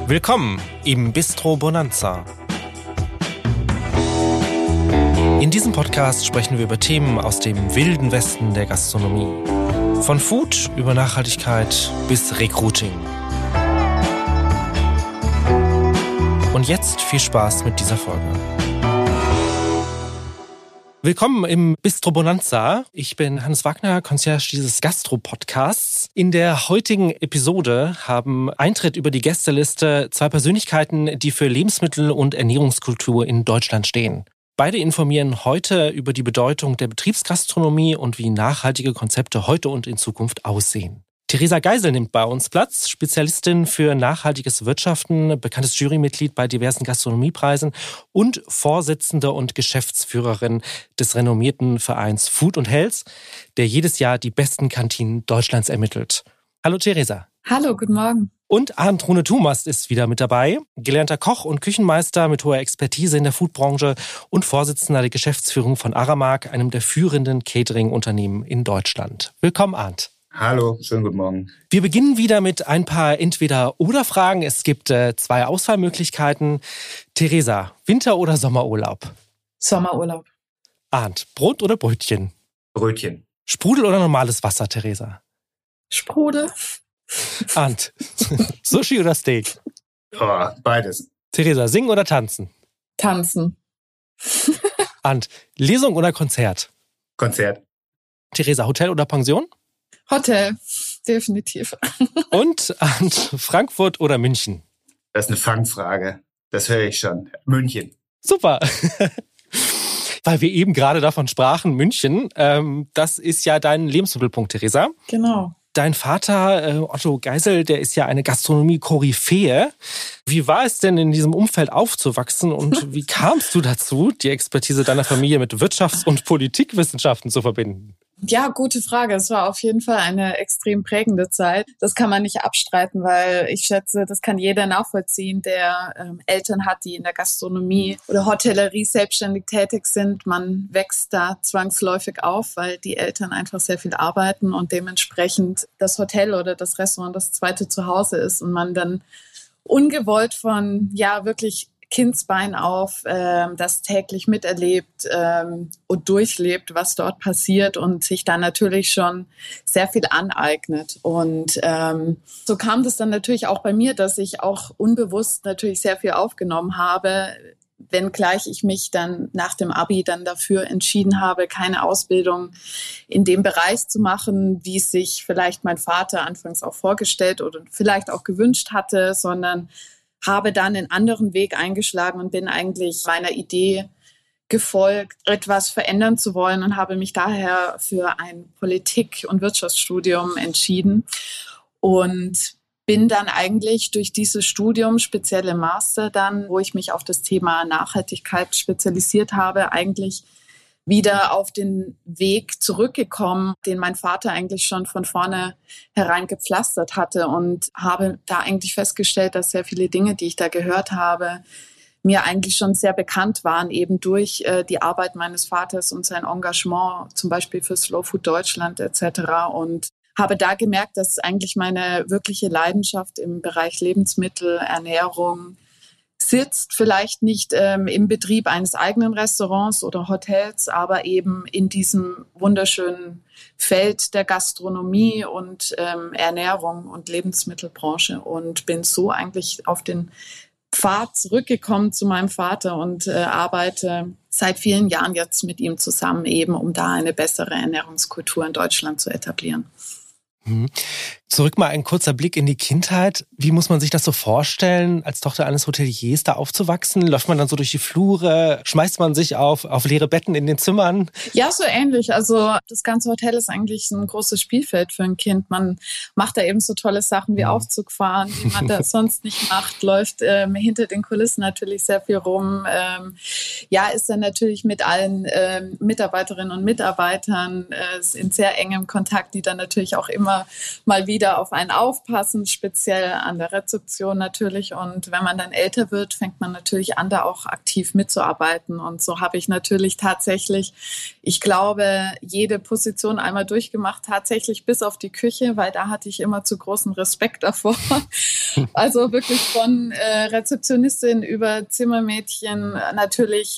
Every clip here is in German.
Willkommen im Bistro Bonanza. In diesem Podcast sprechen wir über Themen aus dem wilden Westen der Gastronomie. Von Food über Nachhaltigkeit bis Recruiting. Und jetzt viel Spaß mit dieser Folge. Willkommen im Bistro Bonanza. Ich bin Hannes Wagner, Concierge dieses Gastro-Podcasts. In der heutigen Episode haben Eintritt über die Gästeliste zwei Persönlichkeiten, die für Lebensmittel- und Ernährungskultur in Deutschland stehen. Beide informieren heute über die Bedeutung der Betriebsgastronomie und wie nachhaltige Konzepte heute und in Zukunft aussehen. Theresa Geisel nimmt bei uns Platz, Spezialistin für nachhaltiges Wirtschaften, bekanntes Jurymitglied bei diversen Gastronomiepreisen und Vorsitzende und Geschäftsführerin des renommierten Vereins Food & Health, der jedes Jahr die besten Kantinen Deutschlands ermittelt. Hallo Theresa. Hallo, guten Morgen. Und Arndt Rune-Thumast ist wieder mit dabei, gelernter Koch und Küchenmeister mit hoher Expertise in der Foodbranche und Vorsitzender der Geschäftsführung von Aramark, einem der führenden Catering-Unternehmen in Deutschland. Willkommen, Arndt. Hallo, schönen guten Morgen. Wir beginnen wieder mit ein paar Entweder-oder-Fragen. Es gibt zwei Auswahlmöglichkeiten. Theresa, Winter- oder Sommerurlaub? Sommerurlaub. Arndt, Brot oder Brötchen? Brötchen. Sprudel oder normales Wasser, Theresa? Sprudel. Arndt, Sushi oder Steak? Oh, beides. Theresa, singen oder tanzen? Tanzen. Arndt, Lesung oder Konzert? Konzert. Theresa, Hotel oder Pension? Hotel, definitiv. Und Arndt, Frankfurt oder München? Das ist eine Fangfrage. Das höre ich schon. München. Super. Weil wir eben gerade davon sprachen, München, das ist ja dein Lebensmittelpunkt, Theresa. Genau. Dein Vater, Otto Geisel, der ist ja eine Gastronomie-Koryphäe. Wie war es denn, in diesem Umfeld aufzuwachsen und wie kamst du dazu, die Expertise deiner Familie mit Wirtschafts- und Politikwissenschaften zu verbinden? Ja, gute Frage. Es war auf jeden Fall eine extrem prägende Zeit. Das kann man nicht abstreiten, weil ich schätze, das kann jeder nachvollziehen, der Eltern hat, die in der Gastronomie oder Hotellerie selbstständig tätig sind. Man wächst da zwangsläufig auf, weil die Eltern einfach sehr viel arbeiten und dementsprechend das Hotel oder das Restaurant das zweite Zuhause ist und man dann ungewollt von, ja, wirklich Kindsbein auf, das täglich miterlebt und durchlebt, was dort passiert und sich dann natürlich schon sehr viel aneignet. Und so kam das dann natürlich auch bei mir, dass ich auch unbewusst natürlich sehr viel aufgenommen habe, wenngleich ich mich dann nach dem Abi dann dafür entschieden habe, keine Ausbildung in dem Bereich zu machen, wie es sich vielleicht mein Vater anfangs auch vorgestellt oder vielleicht auch gewünscht hatte, sondern habe dann einen anderen Weg eingeschlagen und bin eigentlich meiner Idee gefolgt, etwas verändern zu wollen und habe mich daher für ein Politik- und Wirtschaftsstudium entschieden und bin dann eigentlich durch dieses Studium, speziell im Master dann, wo ich mich auf das Thema Nachhaltigkeit spezialisiert habe, eigentlich wieder auf den Weg zurückgekommen, den mein Vater eigentlich schon von vorne herein gepflastert hatte und habe da eigentlich festgestellt, dass sehr viele Dinge, die ich da gehört habe, mir eigentlich schon sehr bekannt waren, eben durch die Arbeit meines Vaters und sein Engagement, zum Beispiel für Slow Food Deutschland etc. Und habe da gemerkt, dass eigentlich meine wirkliche Leidenschaft im Bereich Lebensmittel, Ernährung sitzt, vielleicht nicht im Betrieb eines eigenen Restaurants oder Hotels, aber eben in diesem wunderschönen Feld der Gastronomie und Ernährung und Lebensmittelbranche und bin so eigentlich auf den Pfad zurückgekommen zu meinem Vater und arbeite seit vielen Jahren jetzt mit ihm zusammen eben, um da eine bessere Ernährungskultur in Deutschland zu etablieren. Zurück mal ein kurzer Blick in die Kindheit. Wie muss man sich das so vorstellen, als Tochter eines Hoteliers da aufzuwachsen? Läuft man dann so durch die Flure? Schmeißt man sich auf leere Betten in den Zimmern? Ja, so ähnlich. Also das ganze Hotel ist eigentlich ein großes Spielfeld für ein Kind. Man macht da eben so tolle Sachen wie Aufzug fahren, die man da sonst nicht macht, läuft hinter den Kulissen natürlich sehr viel rum. Ist dann natürlich mit allen Mitarbeiterinnen und Mitarbeitern in sehr engem Kontakt, die dann natürlich auch immer mal wieder wieder auf einen aufpassen, speziell an der Rezeption natürlich. Und wenn man dann älter wird, fängt man natürlich an, da auch aktiv mitzuarbeiten. Und so habe ich natürlich tatsächlich, ich glaube, jede Position einmal durchgemacht, tatsächlich bis auf die Küche, weil da hatte ich immer zu großen Respekt davor. Also wirklich von Rezeptionistin über Zimmermädchen natürlich,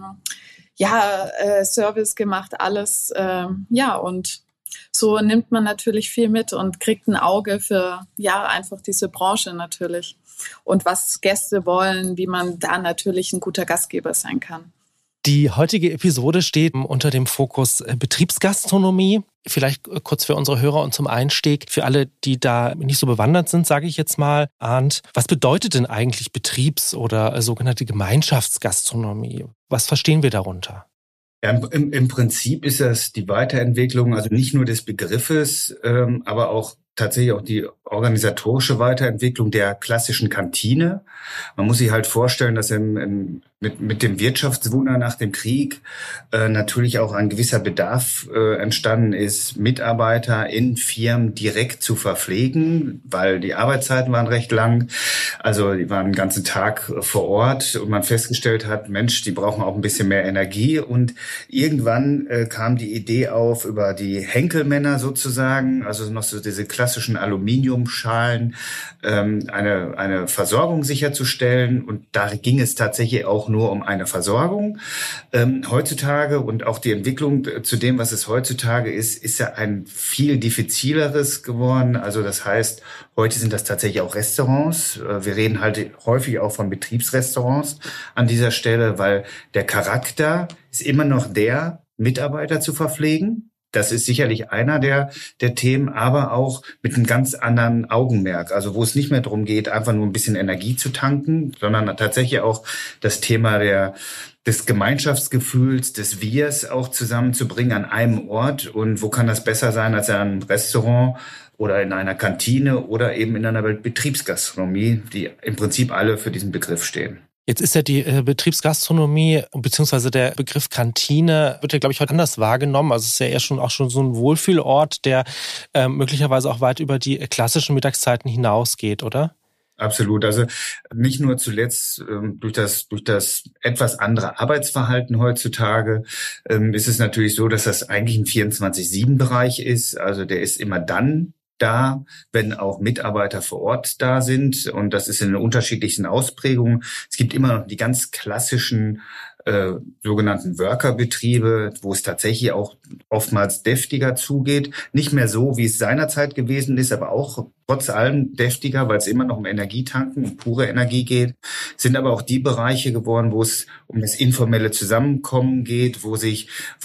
Service gemacht, alles, und so nimmt man natürlich viel mit und kriegt ein Auge für, einfach diese Branche natürlich. Und was Gäste wollen, wie man da natürlich ein guter Gastgeber sein kann. Die heutige Episode steht unter dem Fokus Betriebsgastronomie. Vielleicht kurz für unsere Hörer und zum Einstieg, für alle, die da nicht so bewandert sind, sage ich jetzt mal, Arndt, was bedeutet denn eigentlich Betriebs- oder sogenannte Gemeinschaftsgastronomie? Was verstehen wir darunter? Ja, im Prinzip ist das die Weiterentwicklung, also nicht nur des Begriffes, aber auch tatsächlich auch die organisatorische Weiterentwicklung der klassischen Kantine. Man muss sich halt vorstellen, dass mit dem Wirtschaftswunder nach dem Krieg natürlich auch ein gewisser Bedarf entstanden ist, Mitarbeiter in Firmen direkt zu verpflegen, weil die Arbeitszeiten waren recht lang. Also die waren den ganzen Tag vor Ort und man festgestellt hat, Mensch, die brauchen auch ein bisschen mehr Energie. Und irgendwann kam die Idee auf über die Henkelmänner sozusagen, also noch so diese klassischen Aluminiumschalen, eine Versorgung sicherzustellen. Und da ging es tatsächlich auch nur um eine Versorgung. Heutzutage und auch die Entwicklung zu dem, was es heutzutage ist ja ein viel diffizileres geworden. Also das heißt, heute sind das tatsächlich auch Restaurants. Wir reden halt häufig auch von Betriebsrestaurants an dieser Stelle, weil der Charakter ist immer noch der, Mitarbeiter zu verpflegen. Das ist sicherlich einer der Themen, aber auch mit einem ganz anderen Augenmerk. Also wo es nicht mehr darum geht, einfach nur ein bisschen Energie zu tanken, sondern tatsächlich auch das Thema des Gemeinschaftsgefühls, des Wirs auch zusammenzubringen an einem Ort. Und wo kann das besser sein als in einem Restaurant oder in einer Kantine oder eben in einer Betriebsgastronomie, die im Prinzip alle für diesen Begriff stehen. Jetzt ist ja die Betriebsgastronomie beziehungsweise der Begriff Kantine wird ja, glaube ich, heute anders wahrgenommen. Also es ist ja eher schon so ein Wohlfühlort, der möglicherweise auch weit über die klassischen Mittagszeiten hinausgeht, oder? Absolut. Also nicht nur zuletzt durch das etwas andere Arbeitsverhalten heutzutage ist es natürlich so, dass das eigentlich ein 24/7-Bereich ist. Also der ist immer dann da, wenn auch Mitarbeiter vor Ort da sind. Und das ist in den unterschiedlichsten Ausprägungen. Es gibt immer noch die ganz klassischen sogenannten Workerbetriebe, wo es tatsächlich auch oftmals deftiger zugeht. Nicht mehr so, wie es seinerzeit gewesen ist, aber auch trotz allem deftiger, weil es immer noch um Energietanken, um pure Energie geht. Sind aber auch die Bereiche geworden, wo es um das informelle Zusammenkommen geht, wo sich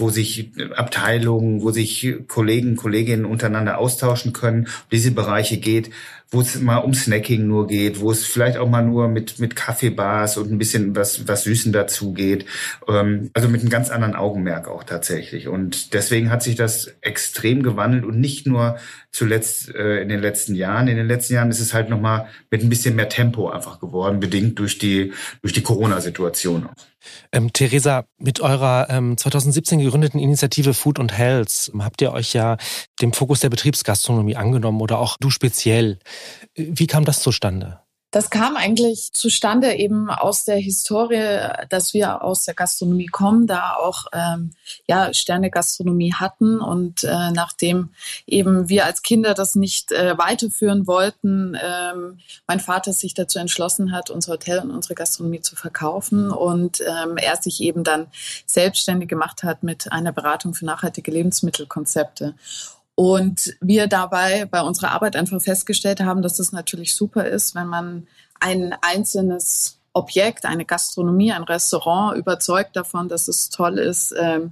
Abteilungen, wo sich Kolleginnen untereinander austauschen können. Diese Bereiche geht, wo es mal um Snacking nur geht, wo es vielleicht auch mal nur mit Kaffeebars und ein bisschen was Süßen dazu geht. Also mit einem ganz anderen Augenmerk auch tatsächlich. Und deswegen hat sich das extrem gewandelt und nicht nur zuletzt in den letzten Jahren. In den letzten Jahren ist es halt nochmal mit ein bisschen mehr Tempo einfach geworden, bedingt durch die Corona-Situation auch. Theresa, mit eurer 2017 gegründeten Initiative Food and Health habt ihr euch ja dem Fokus der Betriebsgastronomie angenommen oder auch du speziell. Wie kam das zustande? Das kam eigentlich zustande eben aus der Historie, dass wir aus der Gastronomie kommen, da auch Sterne-Gastronomie hatten und nachdem eben wir als Kinder das nicht weiterführen wollten, mein Vater sich dazu entschlossen hat, unser Hotel und unsere Gastronomie zu verkaufen und er sich eben dann selbstständig gemacht hat mit einer Beratung für nachhaltige Lebensmittelkonzepte. Und wir dabei bei unserer Arbeit einfach festgestellt haben, dass es natürlich super ist, wenn man ein einzelnes Objekt, eine Gastronomie, ein Restaurant überzeugt davon, dass es toll ist,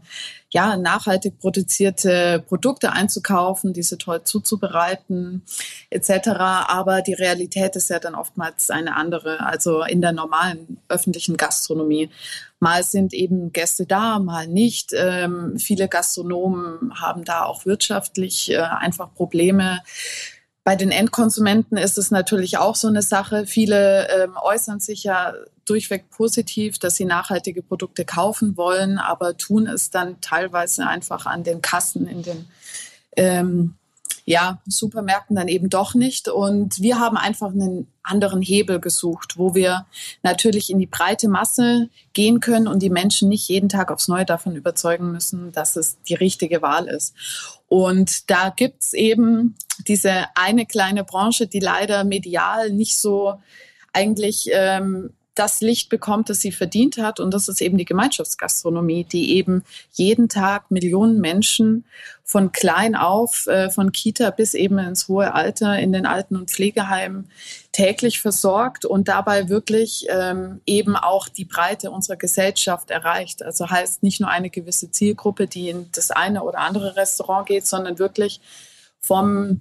nachhaltig produzierte Produkte einzukaufen, diese toll zuzubereiten etc. Aber die Realität ist ja dann oftmals eine andere, also in der normalen öffentlichen Gastronomie. Mal sind eben Gäste da, mal nicht. Viele Gastronomen haben da auch wirtschaftlich einfach Probleme. Bei den Endkonsumenten ist es natürlich auch so eine Sache. Viele äußern sich ja durchweg positiv, dass sie nachhaltige Produkte kaufen wollen, aber tun es dann teilweise einfach an den Kassen in den Supermärkten dann eben doch nicht. Und wir haben einfach einen anderen Hebel gesucht, wo wir natürlich in die breite Masse gehen können und die Menschen nicht jeden Tag aufs Neue davon überzeugen müssen, dass es die richtige Wahl ist. Und da gibt's eben diese eine kleine Branche, die leider medial nicht so eigentlich das Licht bekommt, das sie verdient hat. Und das ist eben die Gemeinschaftsgastronomie, die eben jeden Tag Millionen Menschen von klein auf, von Kita bis eben ins hohe Alter in den Alten- und Pflegeheimen täglich versorgt und dabei wirklich eben auch die Breite unserer Gesellschaft erreicht. Also heißt nicht nur eine gewisse Zielgruppe, die in das eine oder andere Restaurant geht, sondern wirklich vom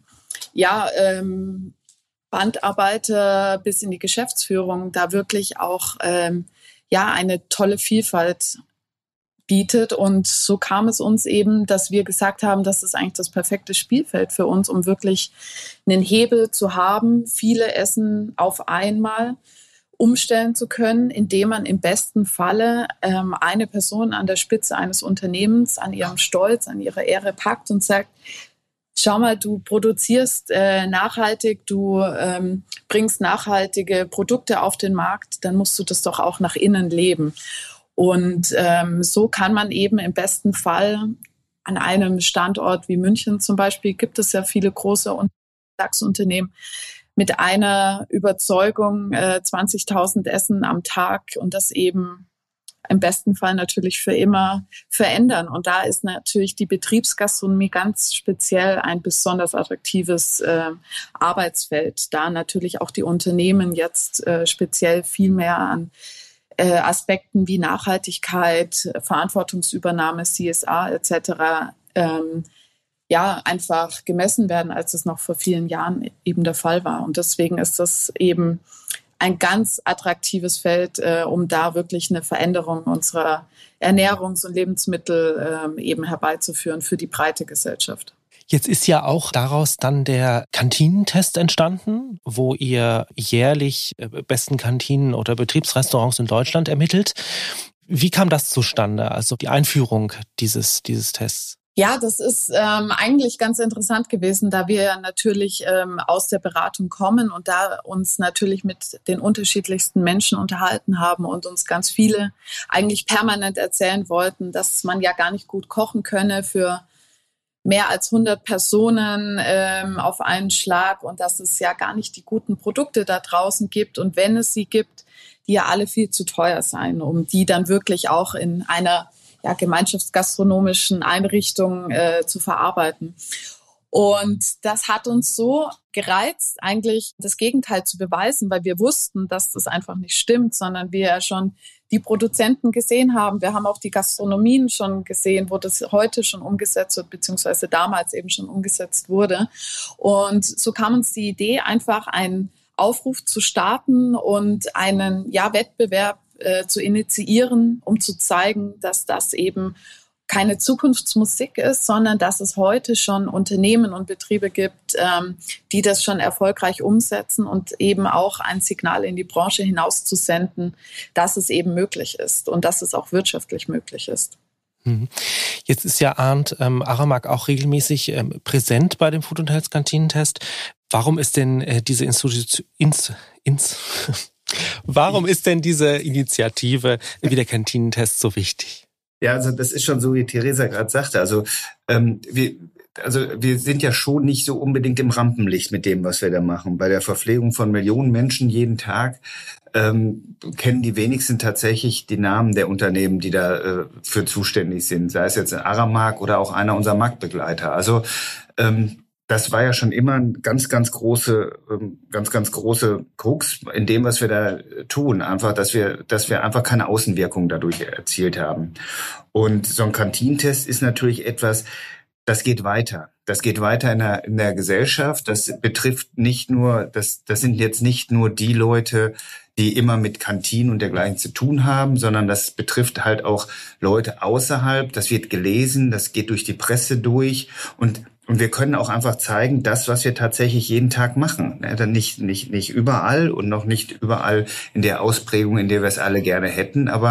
Bandarbeiter bis in die Geschäftsführung da wirklich auch eine tolle Vielfalt bietet. Und so kam es uns eben, dass wir gesagt haben, das ist eigentlich das perfekte Spielfeld für uns, um wirklich einen Hebel zu haben, viele Essen auf einmal umstellen zu können, indem man im besten Falle eine Person an der Spitze eines Unternehmens an ihrem Stolz, an ihrer Ehre packt und sagt, schau mal, du produzierst nachhaltig, du bringst nachhaltige Produkte auf den Markt, dann musst du das doch auch nach innen leben. Und so kann man eben im besten Fall an einem Standort wie München zum Beispiel, gibt es ja viele große DAX-Unternehmen, mit einer Überzeugung 20.000 Essen am Tag und das eben im besten Fall natürlich für immer verändern. Und da ist natürlich die Betriebsgastronomie ganz speziell ein besonders attraktives Arbeitsfeld, da natürlich auch die Unternehmen jetzt speziell viel mehr an Aspekten wie Nachhaltigkeit, Verantwortungsübernahme, CSR etc. Einfach gemessen werden, als es noch vor vielen Jahren eben der Fall war. Und deswegen ist das eben ein ganz attraktives Feld, um da wirklich eine Veränderung unserer Ernährungs- und Lebensmittel eben herbeizuführen für die breite Gesellschaft. Jetzt ist ja auch daraus dann der Kantinentest entstanden, wo ihr jährlich besten Kantinen oder Betriebsrestaurants in Deutschland ermittelt. Wie kam das zustande, also die Einführung dieses Tests? Ja, das ist eigentlich ganz interessant gewesen, da wir natürlich aus der Beratung kommen und da uns natürlich mit den unterschiedlichsten Menschen unterhalten haben und uns ganz viele eigentlich permanent erzählen wollten, dass man ja gar nicht gut kochen könne für mehr als 100 Personen auf einen Schlag und dass es ja gar nicht die guten Produkte da draußen gibt und wenn es sie gibt, die ja alle viel zu teuer seien, um die dann wirklich auch in einer gemeinschaftsgastronomischen Einrichtungen zu verarbeiten. Und das hat uns so gereizt, eigentlich das Gegenteil zu beweisen, weil wir wussten, dass das einfach nicht stimmt, sondern wir ja schon die Produzenten gesehen haben. Wir haben auch die Gastronomien schon gesehen, wo das heute schon umgesetzt wird, beziehungsweise damals eben schon umgesetzt wurde. Und so kam uns die Idee, einfach einen Aufruf zu starten und einen Wettbewerb zu initiieren, um zu zeigen, dass das eben keine Zukunftsmusik ist, sondern dass es heute schon Unternehmen und Betriebe gibt, die das schon erfolgreich umsetzen und eben auch ein Signal in die Branche hinauszusenden, dass es eben möglich ist und dass es auch wirtschaftlich möglich ist. Jetzt ist ja Arndt Aramak auch regelmäßig präsent bei dem Food and Health Kantinentest. Warum ist denn diese Warum ist denn diese Initiative wie der Kantinentest so wichtig? Ja, also das ist schon so, wie Theresa gerade sagte. Also wir sind ja schon nicht so unbedingt im Rampenlicht mit dem, was wir da machen. Bei der Verpflegung von Millionen Menschen jeden Tag kennen die wenigsten tatsächlich die Namen der Unternehmen, die da für zuständig sind. Sei es jetzt ein Aramak oder auch einer unserer Marktbegleiter. Also das war ja schon immer ein ganz große Krux in dem, was wir da tun. Einfach, dass wir einfach keine Außenwirkung dadurch erzielt haben. Und so ein Kantinentest ist natürlich etwas, das geht weiter. Das geht weiter in der Gesellschaft. Das betrifft nicht nur, das sind jetzt nicht nur die Leute, die immer mit Kantinen und dergleichen zu tun haben, sondern das betrifft halt auch Leute außerhalb. Das wird gelesen, das geht durch die Presse durch und wir können auch einfach zeigen, das, was wir tatsächlich jeden Tag machen. Dann nicht überall und noch nicht überall in der Ausprägung, in der wir es alle gerne hätten, aber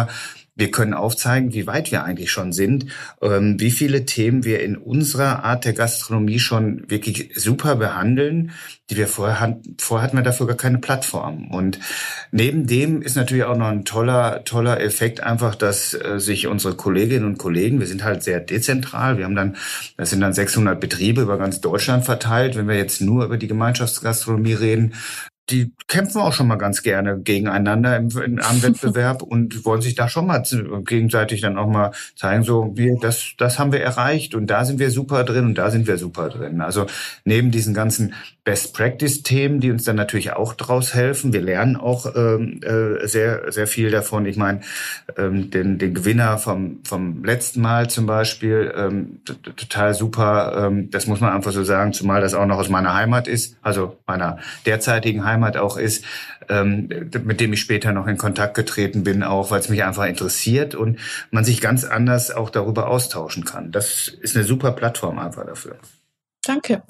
wir können aufzeigen, wie weit wir eigentlich schon sind, wie viele Themen wir in unserer Art der Gastronomie schon wirklich super behandeln, die wir vorher hatten wir dafür gar keine Plattform. Und neben dem ist natürlich auch noch ein toller Effekt einfach, dass sich unsere Kolleginnen und Kollegen, wir sind halt sehr dezentral, das sind dann 600 Betriebe über ganz Deutschland verteilt, wenn wir jetzt nur über die Gemeinschaftsgastronomie reden, die kämpfen auch schon mal ganz gerne gegeneinander im Wettbewerb und wollen sich da schon mal gegenseitig dann auch mal zeigen, so, das haben wir erreicht und da sind wir super drin und da sind wir super drin. Also neben diesen ganzen Best-Practice-Themen, die uns dann natürlich auch draus helfen. Wir lernen auch sehr, sehr viel davon. Ich meine, den Gewinner vom letzten Mal zum Beispiel, total super. Das muss man einfach so sagen, zumal das auch noch aus meiner Heimat ist, also meiner derzeitigen Heimat auch ist, mit dem ich später noch in Kontakt getreten bin, auch weil es mich einfach interessiert und man sich ganz anders auch darüber austauschen kann. Das ist eine super Plattform einfach dafür. Danke.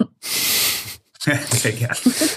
Sehr gerne.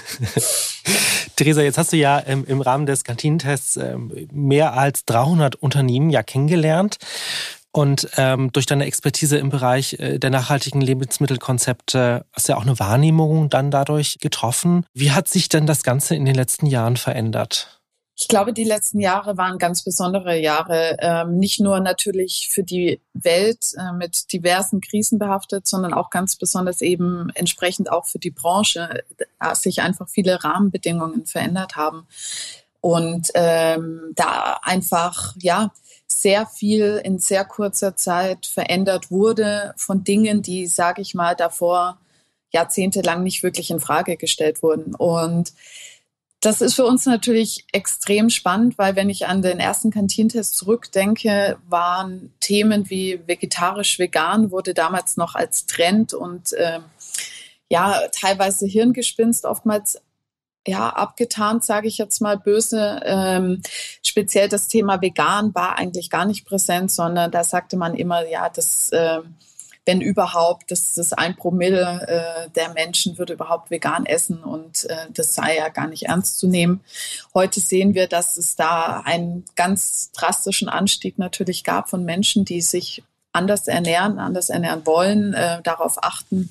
Theresa, jetzt hast du ja im Rahmen des Kantinentests mehr als 300 Unternehmen ja kennengelernt und durch deine Expertise im Bereich der nachhaltigen Lebensmittelkonzepte hast du ja auch eine Wahrnehmung dann dadurch getroffen. Wie hat sich denn das Ganze in den letzten Jahren verändert? Ich glaube, die letzten Jahre waren ganz besondere Jahre, nicht nur natürlich für die Welt mit diversen Krisen behaftet, sondern auch ganz besonders eben entsprechend auch für die Branche, da sich einfach viele Rahmenbedingungen verändert haben und da einfach sehr viel in sehr kurzer Zeit verändert wurde von Dingen, die, sage ich mal, davor jahrzehntelang nicht wirklich in Frage gestellt wurden. Und das ist für uns natürlich extrem spannend, weil wenn ich an den ersten Kantinentest zurückdenke, waren Themen wie vegetarisch-vegan wurde damals noch als Trend und teilweise Hirngespinst oftmals abgetarnt, sage ich jetzt mal böse. Speziell das Thema vegan war eigentlich gar nicht präsent, sondern da sagte man immer, wenn überhaupt, das ist 1 Promille der Menschen würde überhaupt vegan essen und das sei ja gar nicht ernst zu nehmen. Heute sehen wir, dass es da einen ganz drastischen Anstieg natürlich gab von Menschen, die sich anders ernähren wollen, darauf achten.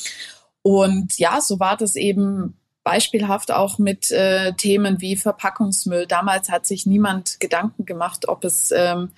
Und ja, so war das eben beispielhaft auch mit Themen wie Verpackungsmüll. Damals hat sich niemand Gedanken gemacht, ob es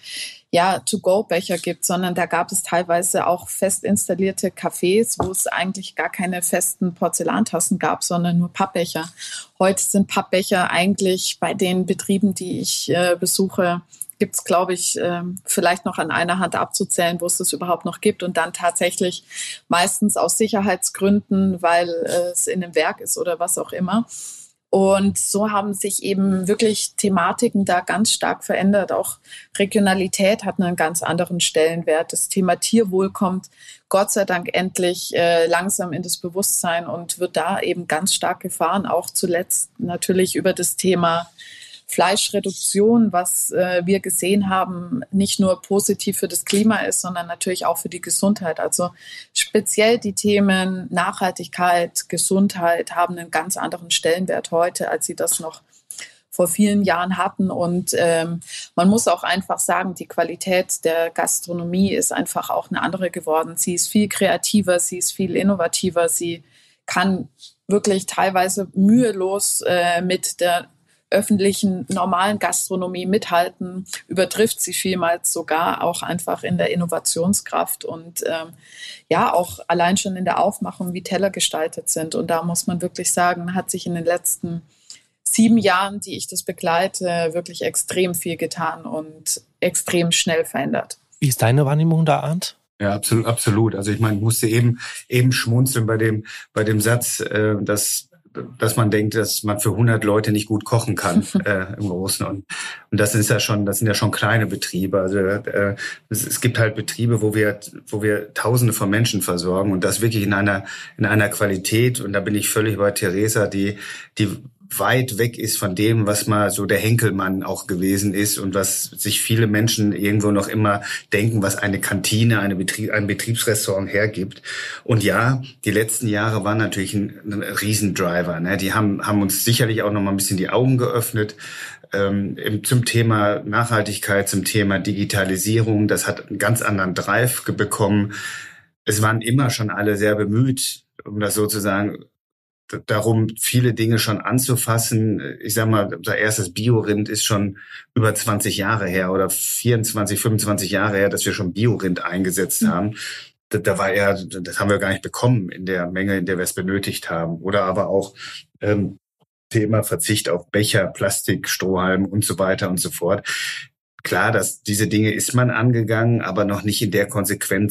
To-Go-Becher gibt, sondern da gab es teilweise auch fest installierte Cafés, wo es eigentlich gar keine festen Porzellantassen gab, sondern nur Pappbecher. Heute sind Pappbecher eigentlich bei den Betrieben, die ich besuche, gibt es, glaube ich, vielleicht noch an einer Hand abzuzählen, wo es das überhaupt noch gibt und dann tatsächlich meistens aus Sicherheitsgründen, weil es in einem Werk ist oder was auch immer. Und so haben sich eben wirklich Thematiken da ganz stark verändert. Auch Regionalität hat einen ganz anderen Stellenwert. Das Thema Tierwohl kommt Gott sei Dank endlich langsam in das Bewusstsein und wird da eben ganz stark gefahren. Auch zuletzt natürlich über das Thema Fleischreduktion, was wir gesehen haben, nicht nur positiv für das Klima ist, sondern natürlich auch für die Gesundheit. Also speziell die Themen Nachhaltigkeit, Gesundheit haben einen ganz anderen Stellenwert heute, als sie das noch vor vielen Jahren hatten. Und man muss auch einfach sagen, die Qualität der Gastronomie ist einfach auch eine andere geworden. Sie ist viel kreativer, sie ist viel innovativer, sie kann wirklich teilweise mühelos mit der öffentlichen, normalen Gastronomie mithalten, übertrifft sie vielmals sogar auch einfach in der Innovationskraft und auch allein schon in der Aufmachung, wie Teller gestaltet sind. Und da muss man wirklich sagen, hat sich in den letzten 7 Jahren, die ich das begleite, wirklich extrem viel getan und extrem schnell verändert. Wie ist deine Wahrnehmung da, Arndt? Ja, absolut. Also ich meine, ich musste eben schmunzeln bei dem Satz, dass man denkt, dass man für 100 Leute nicht gut kochen kann im Großen und das sind ja schon kleine Betriebe. Also es gibt halt Betriebe, wo wir Tausende von Menschen versorgen und das wirklich in einer Qualität. Und da bin ich völlig bei Theresa, die weit weg ist von dem, was mal so der Henkelmann auch gewesen ist und was sich viele Menschen irgendwo noch immer denken, was eine Kantine, ein Betriebsrestaurant hergibt. Und ja, die letzten Jahre waren natürlich ein Riesendriver. Ne? Die haben uns sicherlich auch noch mal ein bisschen die Augen geöffnet. Zum Thema Nachhaltigkeit, zum Thema Digitalisierung. Das hat einen ganz anderen Drive bekommen. Es waren immer schon alle sehr bemüht, um das sozusagen darum, viele Dinge schon anzufassen. Ich sag mal, unser erstes Biorind ist schon über 20 Jahre her oder 24, 25 Jahre her, dass wir schon Biorind eingesetzt haben. Da war das haben wir gar nicht bekommen in der Menge, in der wir es benötigt haben. Oder aber auch Thema Verzicht auf Becher, Plastik, Strohhalm und so weiter und so fort. Klar, dass diese Dinge ist man angegangen, aber noch nicht in der Konsequenz,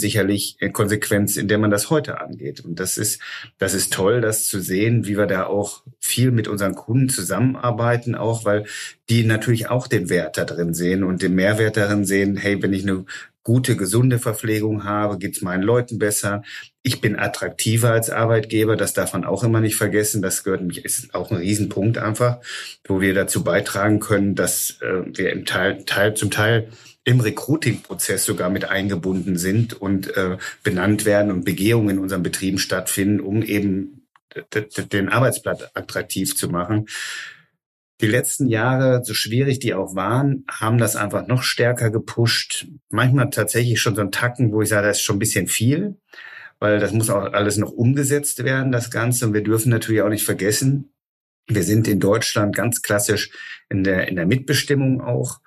in der man das heute angeht. Und das ist toll, das zu sehen, wie wir da auch viel mit unseren Kunden zusammenarbeiten, auch weil die natürlich auch den Wert da drin sehen und den Mehrwert darin sehen, hey, wenn ich eine gute, gesunde Verpflegung habe, geht's meinen Leuten besser. Ich bin attraktiver als Arbeitgeber, das darf man auch immer nicht vergessen. Das ist auch ein Riesenpunkt einfach, wo wir dazu beitragen können, dass wir zum Teil im Recruiting-Prozess sogar mit eingebunden sind und benannt werden und Begehungen in unseren Betrieben stattfinden, um eben den Arbeitsplatz attraktiv zu machen. Die letzten Jahre, so schwierig die auch waren, haben das einfach noch stärker gepusht. Manchmal tatsächlich schon so ein Tacken, wo ich sage, das ist schon ein bisschen viel, weil das muss auch alles noch umgesetzt werden, das Ganze. Und wir dürfen natürlich auch nicht vergessen, wir sind in Deutschland ganz klassisch in der Mitbestimmung auch.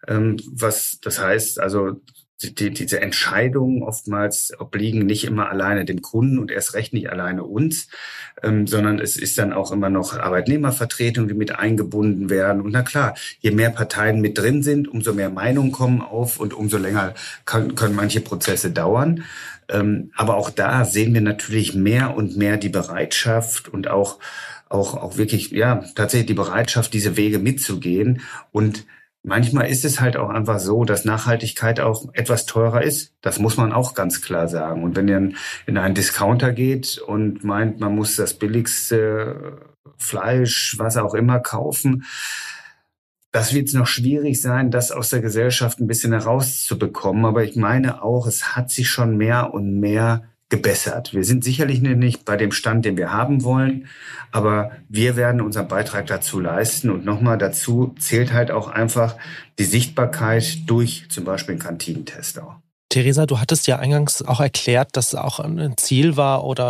Was das heißt, also diese Entscheidungen oftmals obliegen nicht immer alleine dem Kunden und erst recht nicht alleine uns, sondern es ist dann auch immer noch Arbeitnehmervertretung, die mit eingebunden werden. Und na klar, je mehr Parteien mit drin sind, umso mehr Meinungen kommen auf und umso länger können manche Prozesse dauern. Aber auch da sehen wir natürlich mehr und mehr die Bereitschaft und auch wirklich, ja, tatsächlich die Bereitschaft, diese Wege mitzugehen. Und manchmal ist es halt auch einfach so, dass Nachhaltigkeit auch etwas teurer ist. Das muss man auch ganz klar sagen. Und wenn ihr in einen Discounter geht und meint, man muss das billigste Fleisch, was auch immer kaufen, das wird es noch schwierig sein, das aus der Gesellschaft ein bisschen herauszubekommen. Aber ich meine auch, es hat sich schon mehr und mehr gebessert. Wir sind sicherlich nicht bei dem Stand, den wir haben wollen, aber wir werden unseren Beitrag dazu leisten. Und nochmal dazu zählt halt auch einfach die Sichtbarkeit durch zum Beispiel einen Kantinentest auch. Theresa, du hattest ja eingangs auch erklärt, dass auch ein Ziel war oder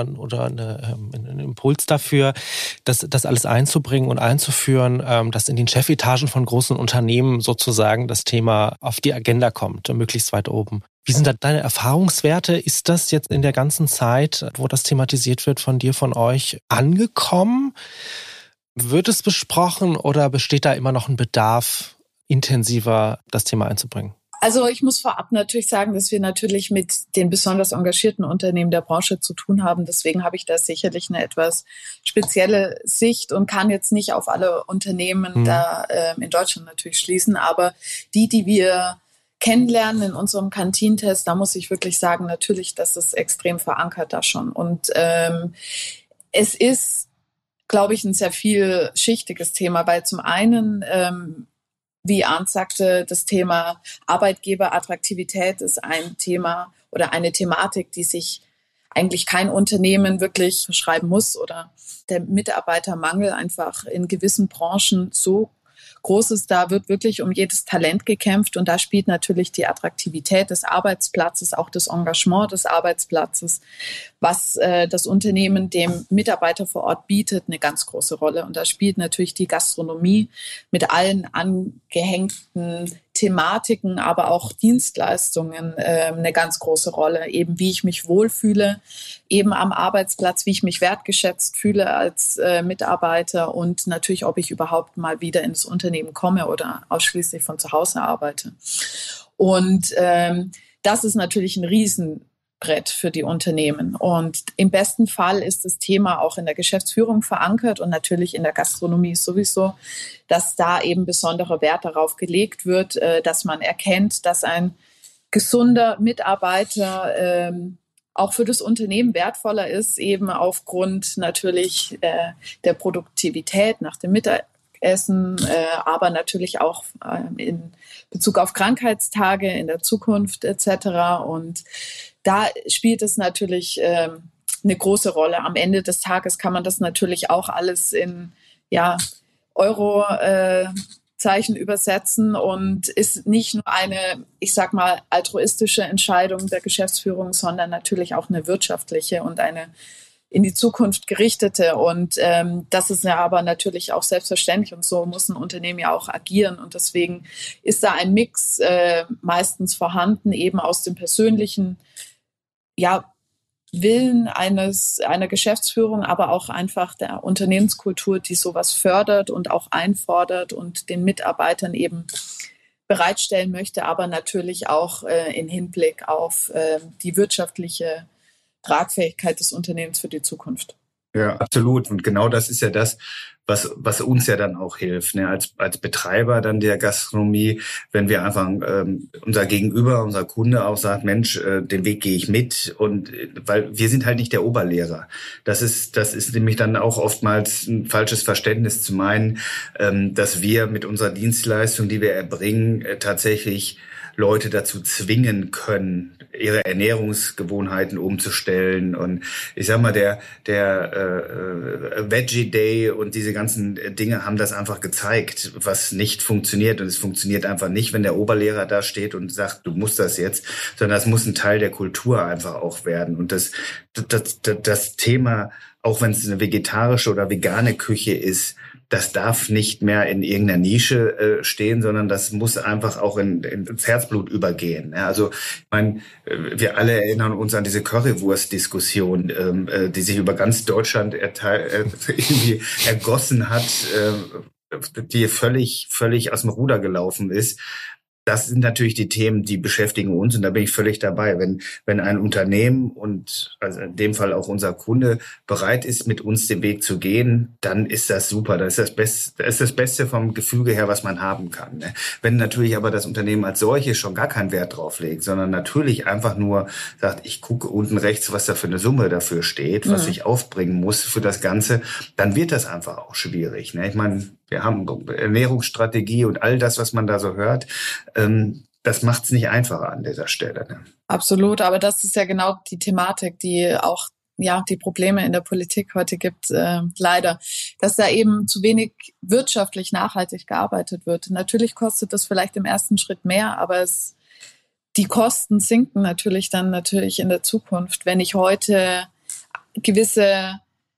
ein Impuls dafür, das alles einzubringen und einzuführen, dass in den Chefetagen von großen Unternehmen sozusagen das Thema auf die Agenda kommt, möglichst weit oben. Wie sind da deine Erfahrungswerte? Ist das jetzt in der ganzen Zeit, wo das thematisiert wird, von dir, von euch angekommen? Wird es besprochen oder besteht da immer noch ein Bedarf, intensiver das Thema einzubringen? Also ich muss vorab natürlich sagen, dass wir natürlich mit den besonders engagierten Unternehmen der Branche zu tun haben. Deswegen habe ich da sicherlich eine etwas spezielle Sicht und kann jetzt nicht auf alle Unternehmen da in Deutschland natürlich schließen. Aber die wir kennenlernen in unserem Kantinentest, da muss ich wirklich sagen, natürlich, das ist extrem verankert da schon. Und es ist, glaube ich, ein sehr vielschichtiges Thema, weil zum einen wie Arndt sagte, das Thema Arbeitgeberattraktivität ist ein Thema oder eine Thematik, die sich eigentlich kein Unternehmen wirklich verschreiben muss oder der Mitarbeitermangel einfach in gewissen Branchen so groß ist. Da wird wirklich um jedes Talent gekämpft und da spielt natürlich die Attraktivität des Arbeitsplatzes, auch das Engagement des Arbeitsplatzes, was das Unternehmen dem Mitarbeiter vor Ort bietet, eine ganz große Rolle. Und da spielt natürlich die Gastronomie mit allen angehängten Thematiken, aber auch Dienstleistungen eine ganz große Rolle. Eben wie ich mich wohlfühle, eben am Arbeitsplatz, wie ich mich wertgeschätzt fühle als Mitarbeiter und natürlich, ob ich überhaupt mal wieder ins Unternehmen komme oder ausschließlich von zu Hause arbeite. Und das ist natürlich ein Riesenbrett für die Unternehmen. Und im besten Fall ist das Thema auch in der Geschäftsführung verankert und natürlich in der Gastronomie sowieso, dass da eben besonderer Wert darauf gelegt wird, dass man erkennt, dass ein gesunder Mitarbeiter auch für das Unternehmen wertvoller ist, eben aufgrund natürlich der Produktivität nach dem Mittagessen, aber natürlich auch in Bezug auf Krankheitstage in der Zukunft etc. Und da spielt es natürlich eine große Rolle. Am Ende des Tages kann man das natürlich auch alles in Euro Zeichen übersetzen und ist nicht nur eine, ich sag mal, altruistische Entscheidung der Geschäftsführung, sondern natürlich auch eine wirtschaftliche und eine in die Zukunft gerichtete. Und das ist ja aber natürlich auch selbstverständlich und so muss ein Unternehmen ja auch agieren. Und deswegen ist da ein Mix meistens vorhanden, eben aus dem persönlichen Willen einer Geschäftsführung, aber auch einfach der Unternehmenskultur, die sowas fördert und auch einfordert und den Mitarbeitern eben bereitstellen möchte, aber natürlich auch in Hinblick auf die wirtschaftliche Tragfähigkeit des Unternehmens für die Zukunft. Ja, absolut. Und genau das ist ja das, was uns ja dann auch hilft, ne? Als Betreiber dann der Gastronomie, wenn wir einfach unser Gegenüber, unser Kunde auch sagt, Mensch, den Weg gehe ich mit, und weil wir sind halt nicht der Oberlehrer. Das ist nämlich dann auch oftmals ein falsches Verständnis zu meinen, dass wir mit unserer Dienstleistung, die wir erbringen, tatsächlich Leute dazu zwingen können, ihre Ernährungsgewohnheiten umzustellen. Und ich sag mal, der Veggie Day und diese ganzen Dinge haben das einfach gezeigt, was nicht funktioniert. Und es funktioniert einfach nicht, wenn der Oberlehrer da steht und sagt, du musst das jetzt, sondern das muss ein Teil der Kultur einfach auch werden. Und das Thema, auch wenn es eine vegetarische oder vegane Küche ist, das darf nicht mehr in irgendeiner Nische stehen, sondern das muss einfach auch ins Herzblut übergehen. Ja, also ich meine, wir alle erinnern uns an diese Currywurst-Diskussion, die sich über ganz Deutschland irgendwie ergossen hat, die völlig aus dem Ruder gelaufen ist. Das sind natürlich die Themen, die beschäftigen uns, und da bin ich völlig dabei. Wenn ein Unternehmen und also in dem Fall auch unser Kunde bereit ist, mit uns den Weg zu gehen, dann ist das super. Das ist das Beste vom Gefüge her, was man haben kann. Ne? Wenn natürlich aber das Unternehmen als solches schon gar keinen Wert drauf legt, sondern natürlich einfach nur sagt, ich gucke unten rechts, was da für eine Summe dafür steht, was ich aufbringen muss für das Ganze, dann wird das einfach auch schwierig. Ne? Ich meine, wir haben Ernährungsstrategie und all das, was man da so hört. Das macht es nicht einfacher an dieser Stelle. Ne? Absolut, aber das ist ja genau die Thematik, die auch die Probleme in der Politik heute gibt, leider, dass da eben zu wenig wirtschaftlich nachhaltig gearbeitet wird. Natürlich kostet das vielleicht im ersten Schritt mehr, aber die Kosten sinken natürlich in der Zukunft, wenn ich heute gewisse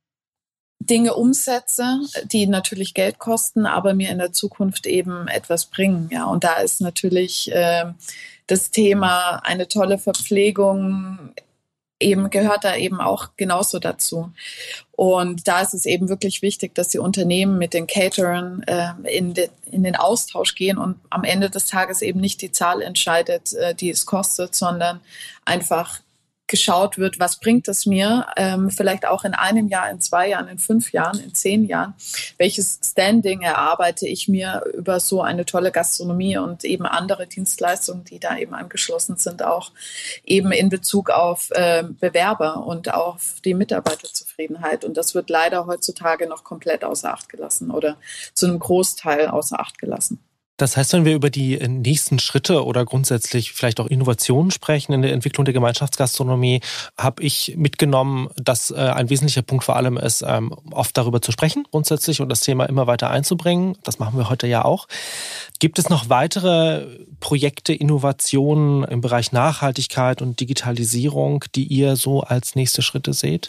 Dinge umsetze, die natürlich Geld kosten, aber mir in der Zukunft eben etwas bringen. Ja, und da ist natürlich das Thema eine tolle Verpflegung gehört da eben auch genauso dazu. Und da ist es eben wirklich wichtig, dass die Unternehmen mit den Caterern in den Austausch gehen und am Ende des Tages eben nicht die Zahl entscheidet, die es kostet, sondern einfach geschaut wird, was bringt es mir, vielleicht auch in einem Jahr, in 2 Jahren, in 5 Jahren, in 10 Jahren, welches Standing erarbeite ich mir über so eine tolle Gastronomie und eben andere Dienstleistungen, die da eben angeschlossen sind, auch eben in Bezug auf Bewerber und auf die Mitarbeiterzufriedenheit. Und das wird leider heutzutage noch komplett außer Acht gelassen oder zu einem Großteil außer Acht gelassen. Das heißt, wenn wir über die nächsten Schritte oder grundsätzlich vielleicht auch Innovationen sprechen in der Entwicklung der Gemeinschaftsgastronomie, habe ich mitgenommen, dass ein wesentlicher Punkt vor allem ist, oft darüber zu sprechen grundsätzlich und das Thema immer weiter einzubringen. Das machen wir heute ja auch. Gibt es noch weitere Projekte, Innovationen im Bereich Nachhaltigkeit und Digitalisierung, die ihr so als nächste Schritte seht?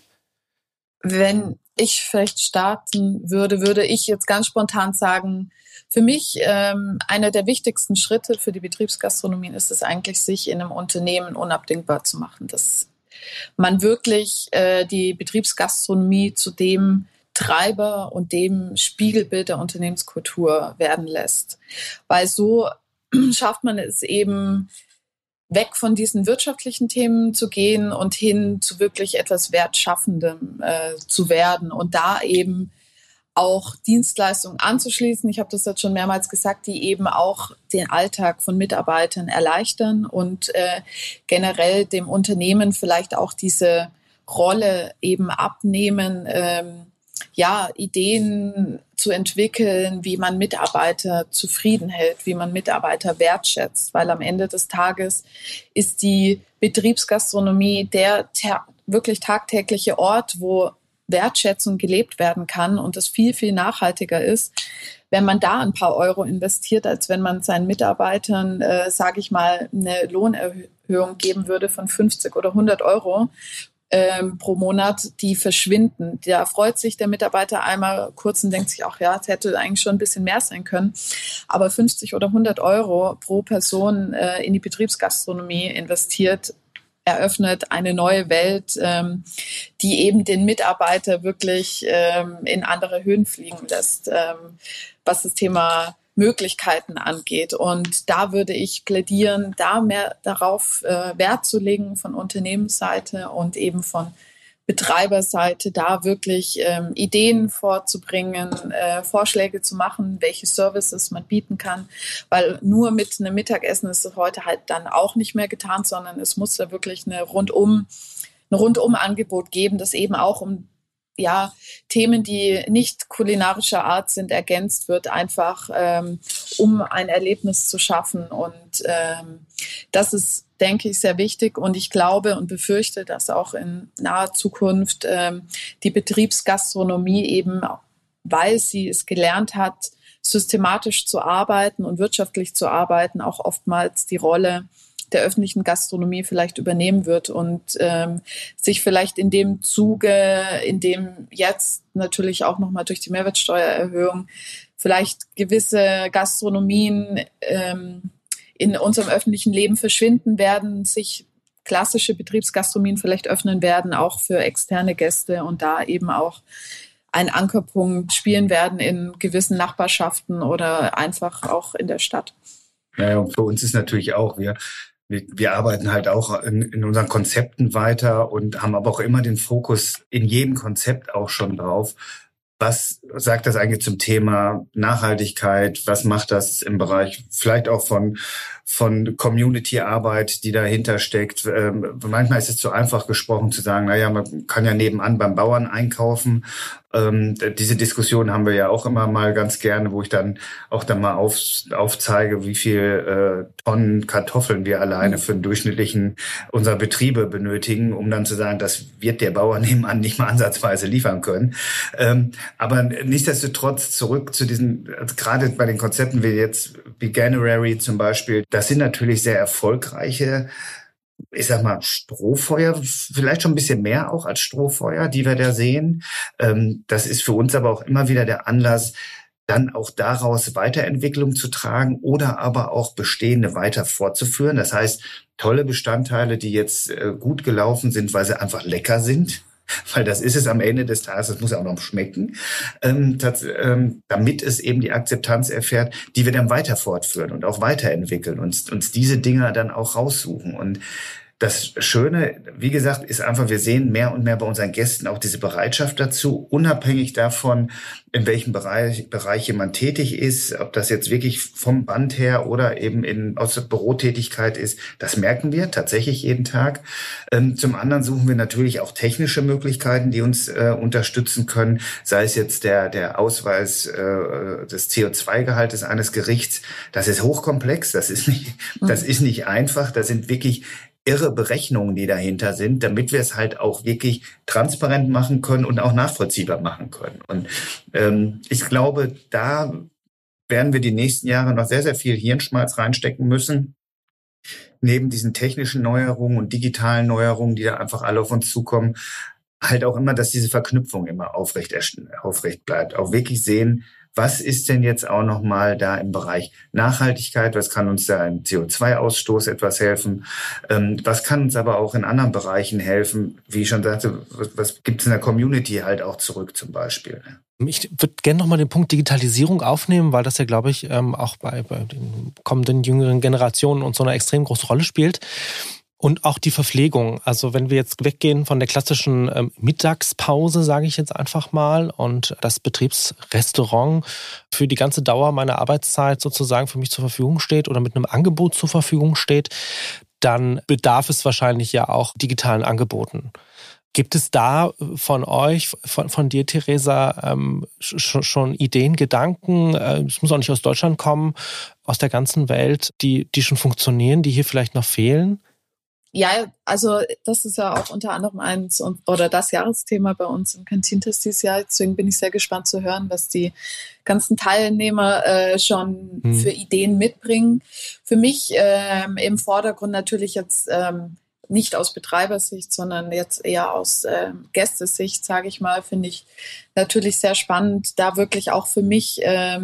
Wenn ich vielleicht starten würde ich jetzt ganz spontan sagen, für mich einer der wichtigsten Schritte für die Betriebsgastronomien ist es eigentlich, sich in einem Unternehmen unabdingbar zu machen, dass man wirklich die Betriebsgastronomie zu dem Treiber und dem Spiegelbild der Unternehmenskultur werden lässt. Weil so schafft man es eben, weg von diesen wirtschaftlichen Themen zu gehen und hin zu wirklich etwas Wertschaffendem zu werden und da eben auch Dienstleistungen anzuschließen. Ich habe das jetzt schon mehrmals gesagt, die eben auch den Alltag von Mitarbeitern erleichtern und generell dem Unternehmen vielleicht auch diese Rolle eben abnehmen, Ideen zu entwickeln, wie man Mitarbeiter zufrieden hält, wie man Mitarbeiter wertschätzt, weil am Ende des Tages ist die Betriebsgastronomie der wirklich tagtägliche Ort, wo Wertschätzung gelebt werden kann und das viel, viel nachhaltiger ist, wenn man da ein paar Euro investiert, als wenn man seinen Mitarbeitern, sage ich mal, eine Lohnerhöhung geben würde von 50 oder 100 Euro pro Monat, die verschwinden. Da freut sich der Mitarbeiter einmal kurz und denkt sich auch, ja, es hätte eigentlich schon ein bisschen mehr sein können. Aber 50 oder 100 Euro pro Person in die Betriebsgastronomie investiert, eröffnet eine neue Welt, die eben den Mitarbeiter wirklich in andere Höhen fliegen lässt, was das Thema Möglichkeiten angeht. Und da würde ich plädieren, da mehr darauf Wert zu legen von Unternehmensseite und eben von Betreiberseite, da wirklich Ideen vorzubringen, Vorschläge zu machen, welche Services man bieten kann, weil nur mit einem Mittagessen ist es heute halt dann auch nicht mehr getan, sondern es muss da wirklich ein rundum Angebot geben, das eben auch um Themen, die nicht kulinarischer Art sind, ergänzt wird, einfach um ein Erlebnis zu schaffen. Und das ist, denke ich, sehr wichtig. Und ich glaube und befürchte, dass auch in naher Zukunft die Betriebsgastronomie eben, weil sie es gelernt hat, systematisch zu arbeiten und wirtschaftlich zu arbeiten, auch oftmals die Rolle der öffentlichen Gastronomie vielleicht übernehmen wird und sich vielleicht in dem Zuge, in dem jetzt natürlich auch nochmal durch die Mehrwertsteuererhöhung vielleicht gewisse Gastronomien in unserem öffentlichen Leben verschwinden werden, sich klassische Betriebsgastronomien vielleicht öffnen werden, auch für externe Gäste und da eben auch einen Ankerpunkt spielen werden in gewissen Nachbarschaften oder einfach auch in der Stadt. Ja, und für uns ist natürlich auch, wir arbeiten halt auch in unseren Konzepten weiter und haben aber auch immer den Fokus in jedem Konzept auch schon drauf. Was sagt das eigentlich zum Thema Nachhaltigkeit? Was macht das im Bereich vielleicht auch von Community-Arbeit, die dahinter steckt? Manchmal ist es zu einfach gesprochen zu sagen, man kann ja nebenan beim Bauern einkaufen. Diese Diskussion haben wir ja auch immer mal ganz gerne, wo ich dann mal aufzeige, wie viel Tonnen Kartoffeln wir alleine für den durchschnittlichen unserer Betriebe benötigen, um dann zu sagen, das wird der Bauer nebenan nicht mal ansatzweise liefern können. Aber nichtsdestotrotz zurück zu diesen, gerade bei den Konzepten wie jetzt Veganuary zum Beispiel, das sind natürlich sehr erfolgreiche, ich sag mal, Strohfeuer, vielleicht schon ein bisschen mehr auch als Strohfeuer, die wir da sehen. Das ist für uns aber auch immer wieder der Anlass, dann auch daraus Weiterentwicklung zu tragen oder aber auch bestehende weiter fortzuführen. Das heißt, tolle Bestandteile, die jetzt gut gelaufen sind, weil sie einfach lecker sind. Weil das ist es am Ende des Tages, das muss ja auch noch schmecken, damit es eben die Akzeptanz erfährt, die wir dann weiter fortführen und auch weiterentwickeln und uns diese Dinger dann auch raussuchen. Und das Schöne, wie gesagt, ist einfach, wir sehen mehr und mehr bei unseren Gästen auch diese Bereitschaft dazu, unabhängig davon, in welchem Bereich jemand tätig ist, ob das jetzt wirklich vom Band her oder eben aus der Bürotätigkeit ist, das merken wir tatsächlich jeden Tag. Zum anderen suchen wir natürlich auch technische Möglichkeiten, die uns unterstützen können, sei es jetzt der Ausweis des CO2-Gehaltes eines Gerichts. Das ist hochkomplex, das ist nicht einfach, das sind wirklich irre Berechnungen, die dahinter sind, damit wir es halt auch wirklich transparent machen können und auch nachvollziehbar machen können. Und ich glaube, da werden wir die nächsten Jahre noch sehr, sehr viel Hirnschmalz reinstecken müssen. Neben diesen technischen Neuerungen und digitalen Neuerungen, die da einfach alle auf uns zukommen, halt auch immer, dass diese Verknüpfung immer aufrecht bleibt. Auch wirklich sehen, was ist denn jetzt auch nochmal da im Bereich Nachhaltigkeit? Was kann uns da im CO2-Ausstoß etwas helfen? Was kann uns aber auch in anderen Bereichen helfen? Wie ich schon sagte, was gibt es in der Community halt auch zurück zum Beispiel? Ich würde gerne nochmal den Punkt Digitalisierung aufnehmen, weil das ja, glaube ich, auch bei den kommenden jüngeren Generationen und so eine extrem große Rolle spielt. Und auch die Verpflegung. Also wenn wir jetzt weggehen von der klassischen Mittagspause, sage ich jetzt einfach mal, und das Betriebsrestaurant für die ganze Dauer meiner Arbeitszeit sozusagen für mich zur Verfügung steht oder mit einem Angebot zur Verfügung steht, dann bedarf es wahrscheinlich ja auch digitalen Angeboten. Gibt es da von euch, von dir, Theresa, schon Ideen, Gedanken, es muss auch nicht aus Deutschland kommen, aus der ganzen Welt, die schon funktionieren, die hier vielleicht noch fehlen? Ja, also das ist ja auch unter anderem oder das Jahresthema bei uns im Kantintest dieses Jahr. Deswegen bin ich sehr gespannt zu hören, was die ganzen Teilnehmer schon für Ideen mitbringen. Für mich im Vordergrund natürlich jetzt nicht aus Betreibersicht, sondern jetzt eher aus Gästesicht, sage ich mal, finde ich natürlich sehr spannend, da wirklich auch für mich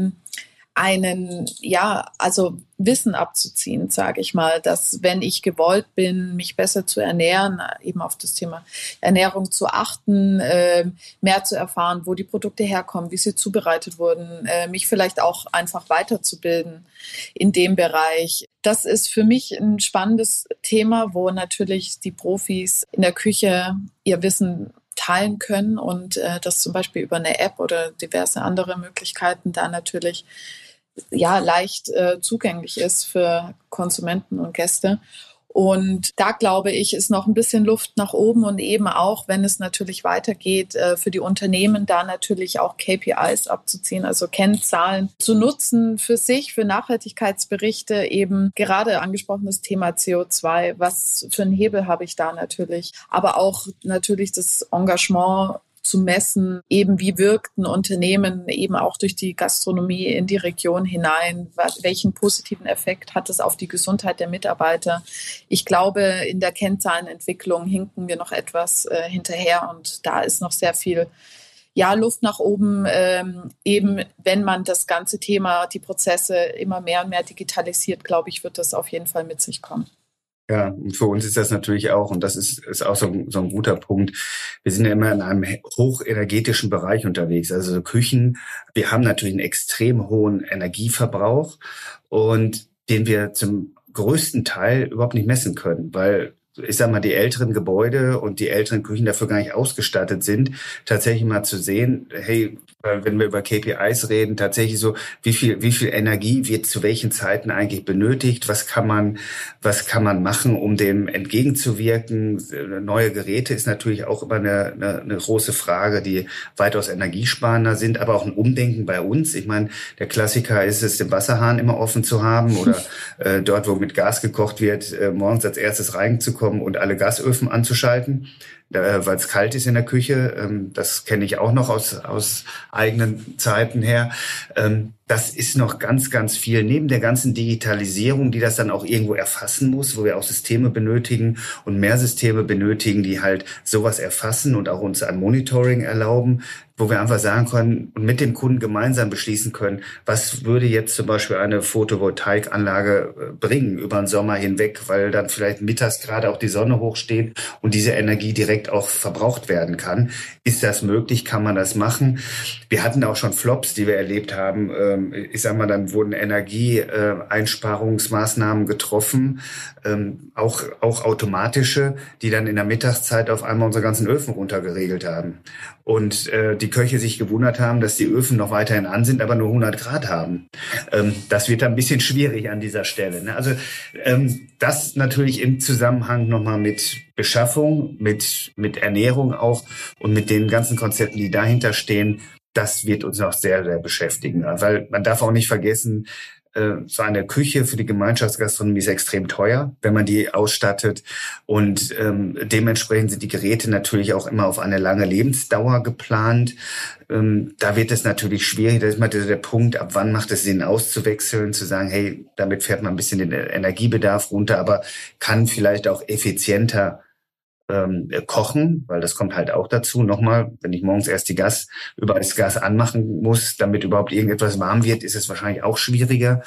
also Wissen abzuziehen, sage ich mal, dass wenn ich gewollt bin, mich besser zu ernähren, eben auf das Thema Ernährung zu achten, mehr zu erfahren, wo die Produkte herkommen, wie sie zubereitet wurden, mich vielleicht auch einfach weiterzubilden in dem Bereich. Das ist für mich ein spannendes Thema, wo natürlich die Profis in der Küche ihr Wissen teilen können und das zum Beispiel über eine App oder diverse andere Möglichkeiten da natürlich leicht zugänglich ist für Konsumenten und Gäste. Und da glaube ich, ist noch ein bisschen Luft nach oben und eben auch, wenn es natürlich weitergeht, für die Unternehmen da natürlich auch KPIs abzuziehen, also Kennzahlen zu nutzen für sich, für Nachhaltigkeitsberichte, eben gerade angesprochenes Thema CO2, was für einen Hebel habe ich da natürlich, aber auch natürlich das Engagement zu messen, eben wie wirkt ein Unternehmen eben auch durch die Gastronomie in die Region hinein, welchen positiven Effekt hat es auf die Gesundheit der Mitarbeiter. Ich glaube, in der Kennzahlenentwicklung hinken wir noch etwas hinterher und da ist noch sehr viel Luft nach oben, eben wenn man das ganze Thema, die Prozesse immer mehr und mehr digitalisiert, glaube ich, wird das auf jeden Fall mit sich kommen. Ja, und für uns ist das natürlich auch, und das ist auch so ein guter Punkt, wir sind ja immer in einem hochenergetischen Bereich unterwegs, also so Küchen. Wir haben natürlich einen extrem hohen Energieverbrauch und den wir zum größten Teil überhaupt nicht messen können, weil ich sag mal, die älteren Gebäude und die älteren Küchen dafür gar nicht ausgestattet sind, tatsächlich mal zu sehen, hey, wenn wir über KPIs reden, tatsächlich so, wie viel Energie wird zu welchen Zeiten eigentlich benötigt? Was kann man machen, um dem entgegenzuwirken? Neue Geräte ist natürlich auch immer eine große Frage, die weitaus energiesparender sind, aber auch ein Umdenken bei uns. Ich meine, der Klassiker ist es, den Wasserhahn immer offen zu haben oder dort, wo mit Gas gekocht wird, morgens als erstes reinzukommen und alle Gasöfen anzuschalten, weil es kalt ist in der Küche. Das kenne ich auch noch aus eigenen Zeiten her. Das ist noch ganz, ganz viel. Neben der ganzen Digitalisierung, die das dann auch irgendwo erfassen muss, wo wir auch Systeme benötigen und mehr Systeme benötigen, die halt sowas erfassen und auch uns ein Monitoring erlauben, wo wir einfach sagen können und mit dem Kunden gemeinsam beschließen können, was würde jetzt zum Beispiel eine Photovoltaikanlage bringen über den Sommer hinweg, weil dann vielleicht mittags gerade auch die Sonne hochsteht und diese Energie direkt auch verbraucht werden kann. Ist das möglich? Kann man das machen? Wir hatten auch schon Flops, die wir erlebt haben. Ich sag mal, dann wurden Energieeinsparungsmaßnahmen getroffen, auch automatische, die dann in der Mittagszeit auf einmal unsere ganzen Öfen runtergeregelt haben. Und die Köche sich gewundert haben, dass die Öfen noch weiterhin an sind, aber nur 100 Grad haben. Das wird dann ein bisschen schwierig an dieser Stelle. Ne? Also das natürlich im Zusammenhang nochmal mit Beschaffung, mit Ernährung auch und mit den ganzen Konzepten, die dahinter stehen, das wird uns noch sehr, sehr beschäftigen. Weil man darf auch nicht vergessen, so eine Küche für die Gemeinschaftsgastronomie ist extrem teuer, wenn man die ausstattet. Und dementsprechend sind die Geräte natürlich auch immer auf eine lange Lebensdauer geplant. Da wird es natürlich schwierig. Da ist mal der Punkt, ab wann macht es Sinn auszuwechseln, zu sagen, hey, damit fährt man ein bisschen den Energiebedarf runter, aber kann vielleicht auch effizienter kochen, weil das kommt halt auch dazu. Nochmal, wenn ich morgens erst überall das Gas anmachen muss, damit überhaupt irgendetwas warm wird, ist es wahrscheinlich auch schwieriger.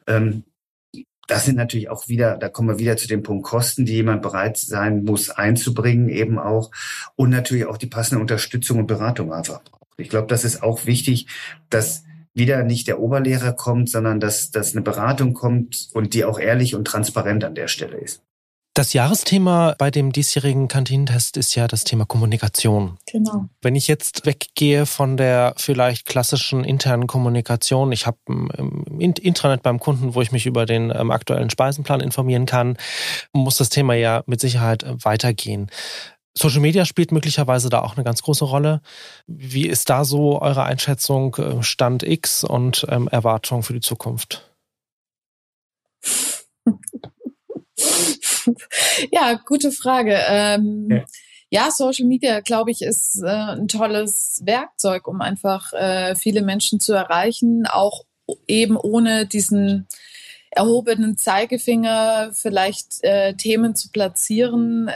Das sind natürlich auch wieder, da kommen wir wieder zu dem Punkt Kosten, die jemand bereit sein muss einzubringen eben auch. Und natürlich auch die passende Unterstützung und Beratung einfach. Ich glaube, das ist auch wichtig, dass wieder nicht der Oberlehrer kommt, sondern dass eine Beratung kommt und die auch ehrlich und transparent an der Stelle ist. Das Jahresthema bei dem diesjährigen Kantinentest ist ja das Thema Kommunikation. Genau. Wenn ich jetzt weggehe von der vielleicht klassischen internen Kommunikation, ich habe ein Intranet beim Kunden, wo ich mich über den aktuellen Speisenplan informieren kann, muss das Thema ja mit Sicherheit weitergehen. Social Media spielt möglicherweise da auch eine ganz große Rolle. Wie ist da so eure Einschätzung, Stand X und Erwartungen für die Zukunft? Ja, gute Frage. Ja, Social Media, glaube ich, ist ein tolles Werkzeug, um einfach viele Menschen zu erreichen, auch eben ohne diesen erhobenen Zeigefinger vielleicht Themen zu platzieren,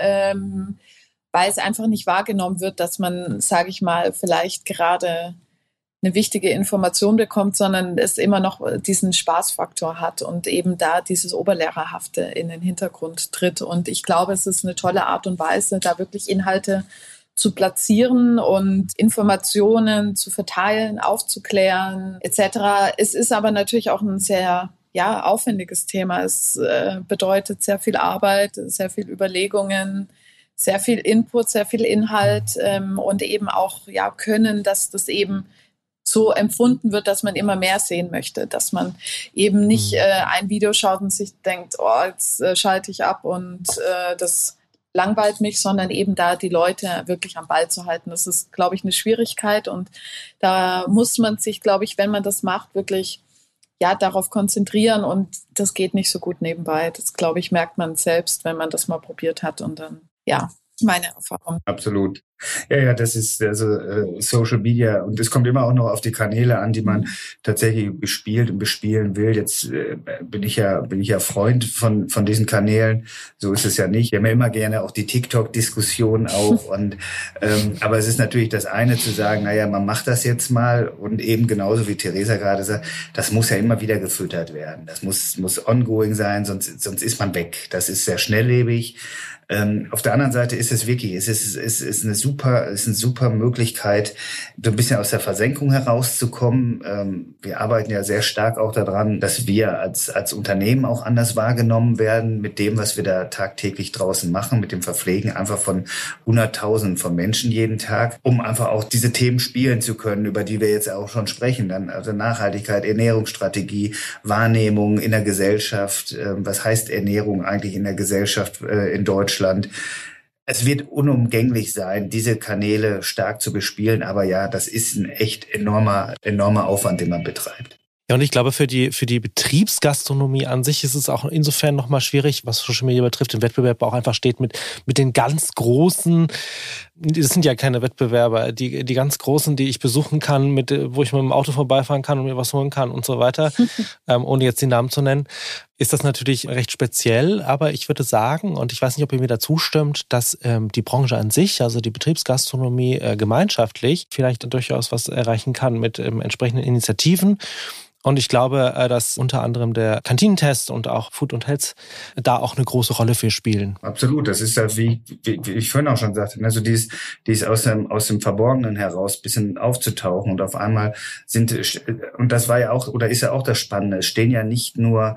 weil es einfach nicht wahrgenommen wird, dass man, sage ich mal, vielleicht gerade eine wichtige Information bekommt, sondern es immer noch diesen Spaßfaktor hat und eben da dieses Oberlehrerhafte in den Hintergrund tritt. Und ich glaube, es ist eine tolle Art und Weise, da wirklich Inhalte zu platzieren und Informationen zu verteilen, aufzuklären etc. Es ist aber natürlich auch ein sehr aufwendiges Thema. Es bedeutet sehr viel Arbeit, sehr viel Überlegungen, sehr viel Input, sehr viel Inhalt und eben auch Können, dass das eben so empfunden wird, dass man immer mehr sehen möchte, dass man eben nicht ein Video schaut und sich denkt, jetzt schalte ich ab und das langweilt mich, sondern eben da die Leute wirklich am Ball zu halten. Das ist, glaube ich, eine Schwierigkeit und da muss man sich, glaube ich, wenn man das macht, wirklich darauf konzentrieren und das geht nicht so gut nebenbei. Das, glaube ich, merkt man selbst, wenn man das mal probiert hat und dann, meine Erfahrung. Absolut. Ja, das ist also Social Media und es kommt immer auch noch auf die Kanäle an, die man tatsächlich bespielt und bespielen will. Jetzt bin ich ja Freund von diesen Kanälen. So ist es ja nicht. Wir haben ja immer gerne auch die TikTok-Diskussion auch und aber es ist natürlich das eine zu sagen, man macht das jetzt mal und eben genauso wie Theresa gerade sagt, das muss ja immer wieder gefüttert werden. Das muss ongoing sein, sonst ist man weg. Das ist sehr schnelllebig. Auf der anderen Seite ist es wirklich, es ist eine super Möglichkeit, so ein bisschen aus der Versenkung herauszukommen. Wir arbeiten ja sehr stark auch daran, dass wir als Unternehmen auch anders wahrgenommen werden mit dem, was wir da tagtäglich draußen machen, mit dem Verpflegen einfach von Hunderttausenden von Menschen jeden Tag, um einfach auch diese Themen spielen zu können, über die wir jetzt auch schon sprechen. Dann also Nachhaltigkeit, Ernährungsstrategie, Wahrnehmung in der Gesellschaft. Was heißt Ernährung eigentlich in der Gesellschaft in Deutschland? Es wird unumgänglich sein, diese Kanäle stark zu bespielen, aber das ist ein echt enormer Aufwand, den man betreibt. Ja, und ich glaube, für die Betriebsgastronomie an sich ist es auch insofern nochmal schwierig, was Social Media betrifft, im Wettbewerb auch einfach steht mit den ganz großen, das sind ja keine Wettbewerber, die ganz großen, die ich besuchen kann, wo ich mit dem Auto vorbeifahren kann und mir was holen kann und so weiter, ohne jetzt die Namen zu nennen, ist das natürlich recht speziell. Aber ich würde sagen, und ich weiß nicht, ob ihr mir da zustimmt, dass die Branche an sich, also die Betriebsgastronomie gemeinschaftlich vielleicht durchaus was erreichen kann mit entsprechenden Initiativen. Und ich glaube, dass unter anderem der Kantinentest und auch Food und Health da auch eine große Rolle für spielen. Absolut. Das ist halt, wie ich vorhin auch schon sagte, also die ist aus dem Verborgenen heraus ein bisschen aufzutauchen und auf einmal und das war ja auch, oder ist ja auch das Spannende, es sind ja nicht nur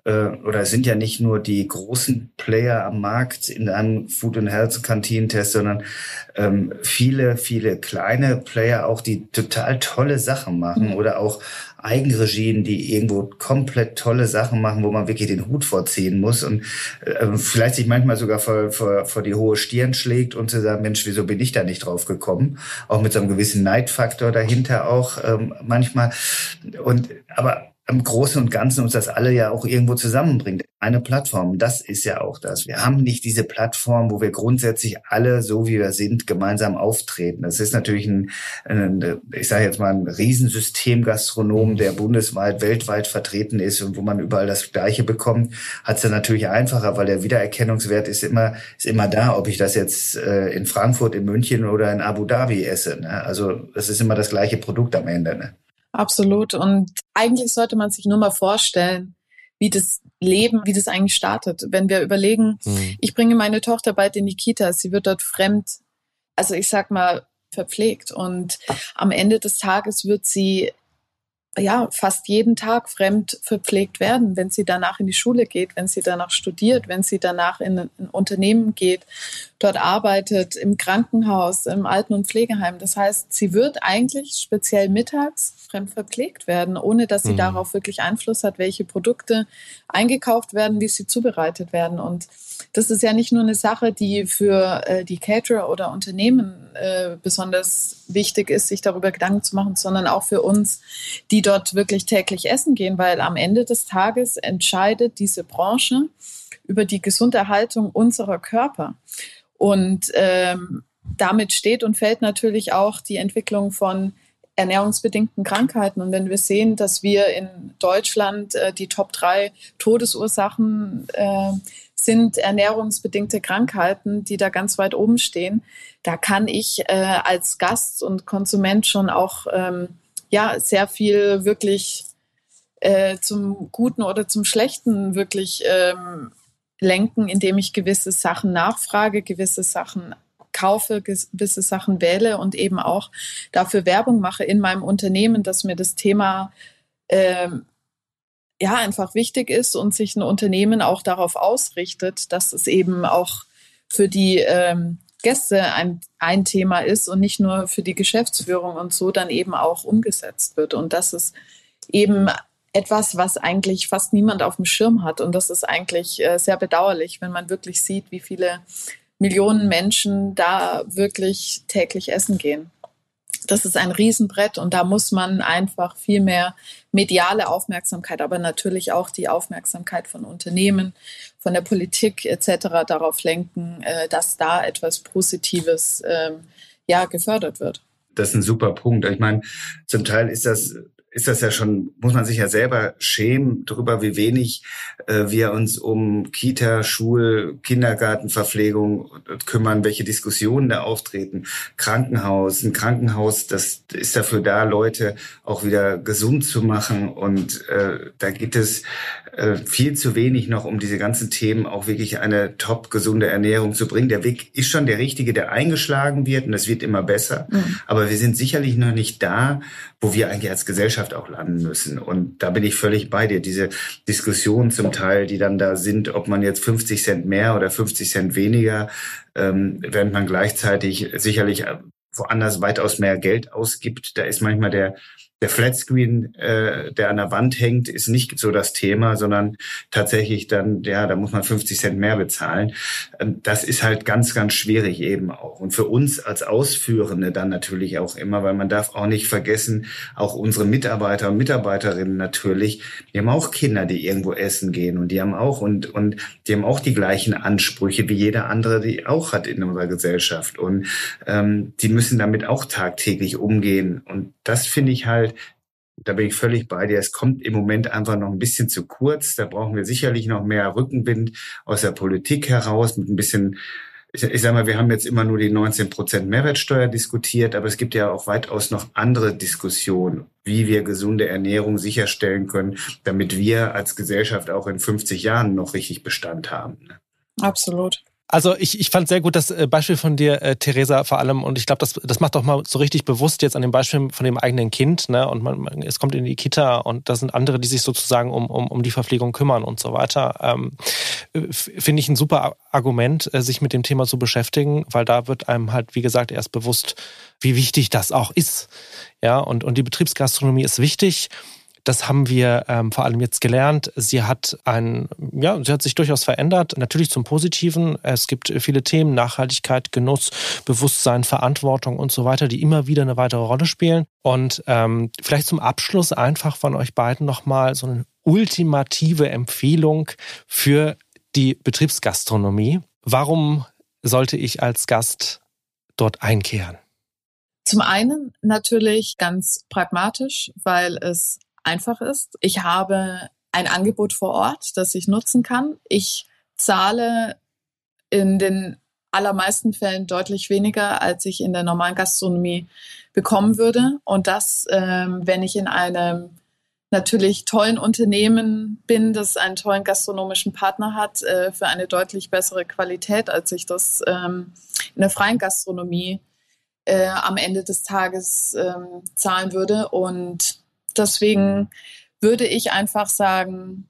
die großen Player am Markt in einem Food and Health Kantinentest, sondern viele, viele kleine Player auch, die total tolle Sachen machen oder auch Eigenregien, die irgendwo komplett tolle Sachen machen, wo man wirklich den Hut vorziehen muss und vielleicht sich manchmal sogar vor die hohe Stirn schlägt und zu sagen, Mensch, wieso bin ich da nicht drauf gekommen? Auch mit so einem gewissen Neidfaktor dahinter auch manchmal. Aber im Großen und Ganzen uns das alle ja auch irgendwo zusammenbringt. Eine Plattform, das ist ja auch das. Wir haben nicht diese Plattform, wo wir grundsätzlich alle, so wie wir sind, gemeinsam auftreten. Das ist natürlich ein Riesensystem Gastronom, der bundesweit, weltweit vertreten ist und wo man überall das Gleiche bekommt, hat es dann natürlich einfacher, weil der Wiedererkennungswert ist immer da, ob ich das jetzt in Frankfurt, in München oder in Abu Dhabi esse. Ne? Also das ist immer das gleiche Produkt am Ende. Ne? Absolut. Und eigentlich sollte man sich nur mal vorstellen, wie das Leben, wie das eigentlich startet. Wenn wir überlegen, ich bringe meine Tochter bald in die Kita, sie wird dort verpflegt. Und am Ende des Tages wird sie fast jeden Tag fremd verpflegt werden, wenn sie danach in die Schule geht, wenn sie danach studiert, wenn sie danach in ein Unternehmen geht, dort arbeitet, im Krankenhaus, im Alten- und Pflegeheim. Das heißt, sie wird eigentlich speziell mittags fremd verpflegt werden, ohne dass sie darauf wirklich Einfluss hat, welche Produkte eingekauft werden, wie sie zubereitet werden. Und das ist ja nicht nur eine Sache, die für die Caterer oder Unternehmen besonders wichtig ist, sich darüber Gedanken zu machen, sondern auch für uns, die dort wirklich täglich essen gehen, weil am Ende des Tages entscheidet diese Branche über die Gesunderhaltung unserer Körper. Und damit steht und fällt natürlich auch die Entwicklung von ernährungsbedingten Krankheiten. Und wenn wir sehen, dass wir in Deutschland die Top 3 Todesursachen sind ernährungsbedingte Krankheiten, die da ganz weit oben stehen, da kann ich als Gast und Konsument schon auch sehr viel wirklich zum Guten oder zum Schlechten wirklich lenken, indem ich gewisse Sachen nachfrage, gewisse Sachen kaufe, gewisse Sachen wähle und eben auch dafür Werbung mache in meinem Unternehmen, dass mir das Thema einfach wichtig ist und sich ein Unternehmen auch darauf ausrichtet, dass es eben auch für die Gäste ein Thema ist und nicht nur für die Geschäftsführung und so dann eben auch umgesetzt wird. Und das ist eben etwas, was eigentlich fast niemand auf dem Schirm hat. Und das ist eigentlich sehr bedauerlich, wenn man wirklich sieht, wie viele Millionen Menschen da wirklich täglich essen gehen. Das ist ein Riesenbrett und da muss man einfach viel mehr mediale Aufmerksamkeit, aber natürlich auch die Aufmerksamkeit von Unternehmen, von der Politik etc. darauf lenken, dass da etwas Positives gefördert wird. Das ist ein super Punkt. Ich meine, zum Teil ist das ja schon, muss man sich ja selber schämen darüber, wie wenig wir uns um Kita, Kindergartenverpflegung kümmern, welche Diskussionen da auftreten. Ein Krankenhaus, das ist dafür da, Leute auch wieder gesund zu machen. Und da gibt es viel zu wenig noch, um diese ganzen Themen auch wirklich eine top gesunde Ernährung zu bringen. Der Weg ist schon der richtige, der eingeschlagen wird und es wird immer besser. Aber wir sind sicherlich noch nicht da, wo wir eigentlich als Gesellschaft auch landen müssen. Und da bin ich völlig bei dir. Diese Diskussionen zum Teil, die dann da sind, ob man jetzt 50 Cent mehr oder 50 Cent weniger, während man gleichzeitig sicherlich woanders weitaus mehr Geld ausgibt. Da ist manchmal der Flatscreen, der an der Wand hängt, ist nicht so das Thema, sondern tatsächlich dann, da muss man 50 Cent mehr bezahlen. Das ist halt ganz, ganz schwierig eben auch. Und für uns als Ausführende dann natürlich auch immer, weil man darf auch nicht vergessen, auch unsere Mitarbeiter und Mitarbeiterinnen natürlich, die haben auch Kinder, die irgendwo essen gehen und die haben auch und die haben auch die gleichen Ansprüche wie jeder andere, die auch hat in unserer Gesellschaft. Und die müssen damit auch tagtäglich umgehen. Und das finde ich halt, da bin ich völlig bei dir. Es kommt im Moment einfach noch ein bisschen zu kurz. Da brauchen wir sicherlich noch mehr Rückenwind aus der Politik heraus mit ein bisschen, ich sag mal, wir haben jetzt immer nur die 19% Mehrwertsteuer diskutiert, aber es gibt ja auch weitaus noch andere Diskussionen, wie wir gesunde Ernährung sicherstellen können, damit wir als Gesellschaft auch in 50 Jahren noch richtig Bestand haben. Absolut. Also ich fand sehr gut das Beispiel von dir, Theresa, vor allem. Und ich glaube, das macht doch mal so richtig bewusst jetzt an dem Beispiel von dem eigenen Kind. Ne? Und es kommt in die Kita und da sind andere, die sich sozusagen um die Verpflegung kümmern und so weiter. Finde ich ein super Argument, sich mit dem Thema zu beschäftigen, weil da wird einem halt, wie gesagt, erst bewusst, wie wichtig das auch ist. Ja, und die Betriebsgastronomie ist wichtig. Das haben wir vor allem jetzt gelernt. Sie hat sich durchaus verändert, natürlich zum Positiven. Es gibt viele Themen, Nachhaltigkeit, Genuss, Bewusstsein, Verantwortung und so weiter, die immer wieder eine weitere Rolle spielen. Und vielleicht zum Abschluss einfach von euch beiden nochmal so eine ultimative Empfehlung für die Betriebsgastronomie. Warum sollte ich als Gast dort einkehren? Zum einen natürlich ganz pragmatisch, weil es einfach ist. Ich habe ein Angebot vor Ort, das ich nutzen kann. Ich zahle in den allermeisten Fällen deutlich weniger, als ich in der normalen Gastronomie bekommen würde. Und das, wenn ich in einem natürlich tollen Unternehmen bin, das einen tollen gastronomischen Partner hat, für eine deutlich bessere Qualität, als ich das in der freien Gastronomie am Ende des Tages zahlen würde. Und deswegen würde ich einfach sagen,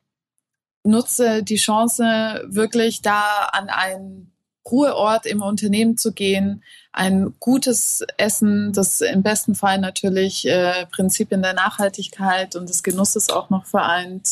nutze die Chance, wirklich da an einen Ruheort im Unternehmen zu gehen, ein gutes Essen, das im besten Fall natürlich Prinzipien der Nachhaltigkeit und des Genusses auch noch vereint,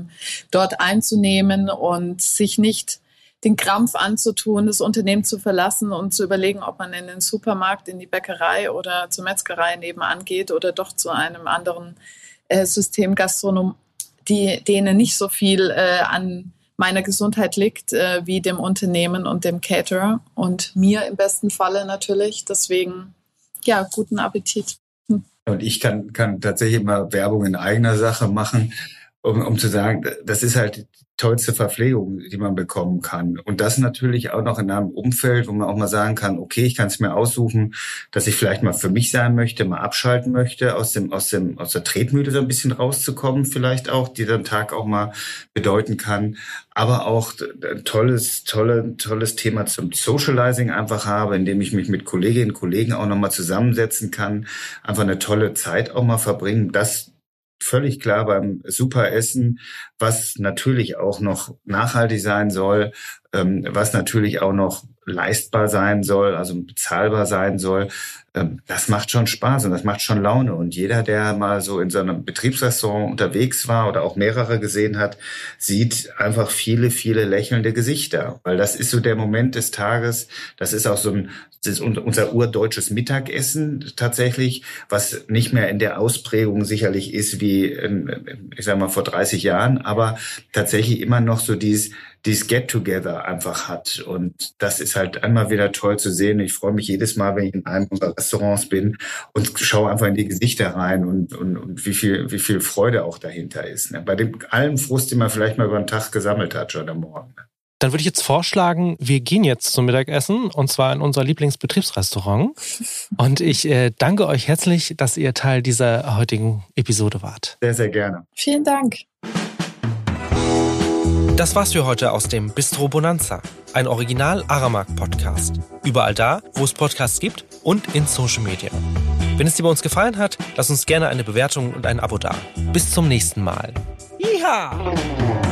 dort einzunehmen und sich nicht den Krampf anzutun, das Unternehmen zu verlassen und zu überlegen, ob man in den Supermarkt, in die Bäckerei oder zur Metzgerei nebenan geht oder doch zu einem anderen System Gastronom, denen nicht so viel an meiner Gesundheit liegt, wie dem Unternehmen und dem Caterer und mir im besten Falle natürlich. Deswegen, ja, guten Appetit. Und ich kann tatsächlich mal Werbung in eigener Sache machen, um zu sagen, das ist halt die tollste Verpflegung, die man bekommen kann. Und das natürlich auch noch in einem Umfeld, wo man auch mal sagen kann, okay, ich kann es mir aussuchen, dass ich vielleicht mal für mich sein möchte, mal abschalten möchte, aus der Tretmühle so ein bisschen rauszukommen, vielleicht auch, die den Tag auch mal bedeuten kann. Aber auch ein tolles Thema zum Socializing einfach habe, indem ich mich mit Kolleginnen und Kollegen auch nochmal zusammensetzen kann, einfach eine tolle Zeit auch mal verbringen. Das völlig klar beim Superessen, was natürlich auch noch nachhaltig sein soll, was natürlich auch noch leistbar sein soll, also bezahlbar sein soll. Das macht schon Spaß und das macht schon Laune. Und jeder, der mal so in so einem Betriebsrestaurant unterwegs war oder auch mehrere gesehen hat, sieht einfach viele, viele lächelnde Gesichter. Weil das ist so der Moment des Tages, das ist auch das ist unser urdeutsches Mittagessen tatsächlich, was nicht mehr in der Ausprägung sicherlich ist wie, ich sag mal, vor 30 Jahren, aber tatsächlich immer noch so dieses Get-Together einfach hat. Und das ist halt einmal wieder toll zu sehen. Ich freue mich jedes Mal, wenn ich in einem unserer Restaurants bin und schaue einfach in die Gesichter rein und wie viel Freude auch dahinter ist. Ne? Bei dem allen Frust, den man vielleicht mal über den Tag gesammelt hat, schon am Morgen. Dann würde ich jetzt vorschlagen, wir gehen jetzt zum Mittagessen und zwar in unser Lieblingsbetriebsrestaurant. Und ich danke euch herzlich, dass ihr Teil dieser heutigen Episode wart. Sehr, sehr gerne. Vielen Dank. Das war's für heute aus dem Bistro Bonanza, ein Original Aramark-Podcast. Überall da, wo es Podcasts gibt und in Social Media. Wenn es dir bei uns gefallen hat, lass uns gerne eine Bewertung und ein Abo da. Bis zum nächsten Mal. Yeehaw!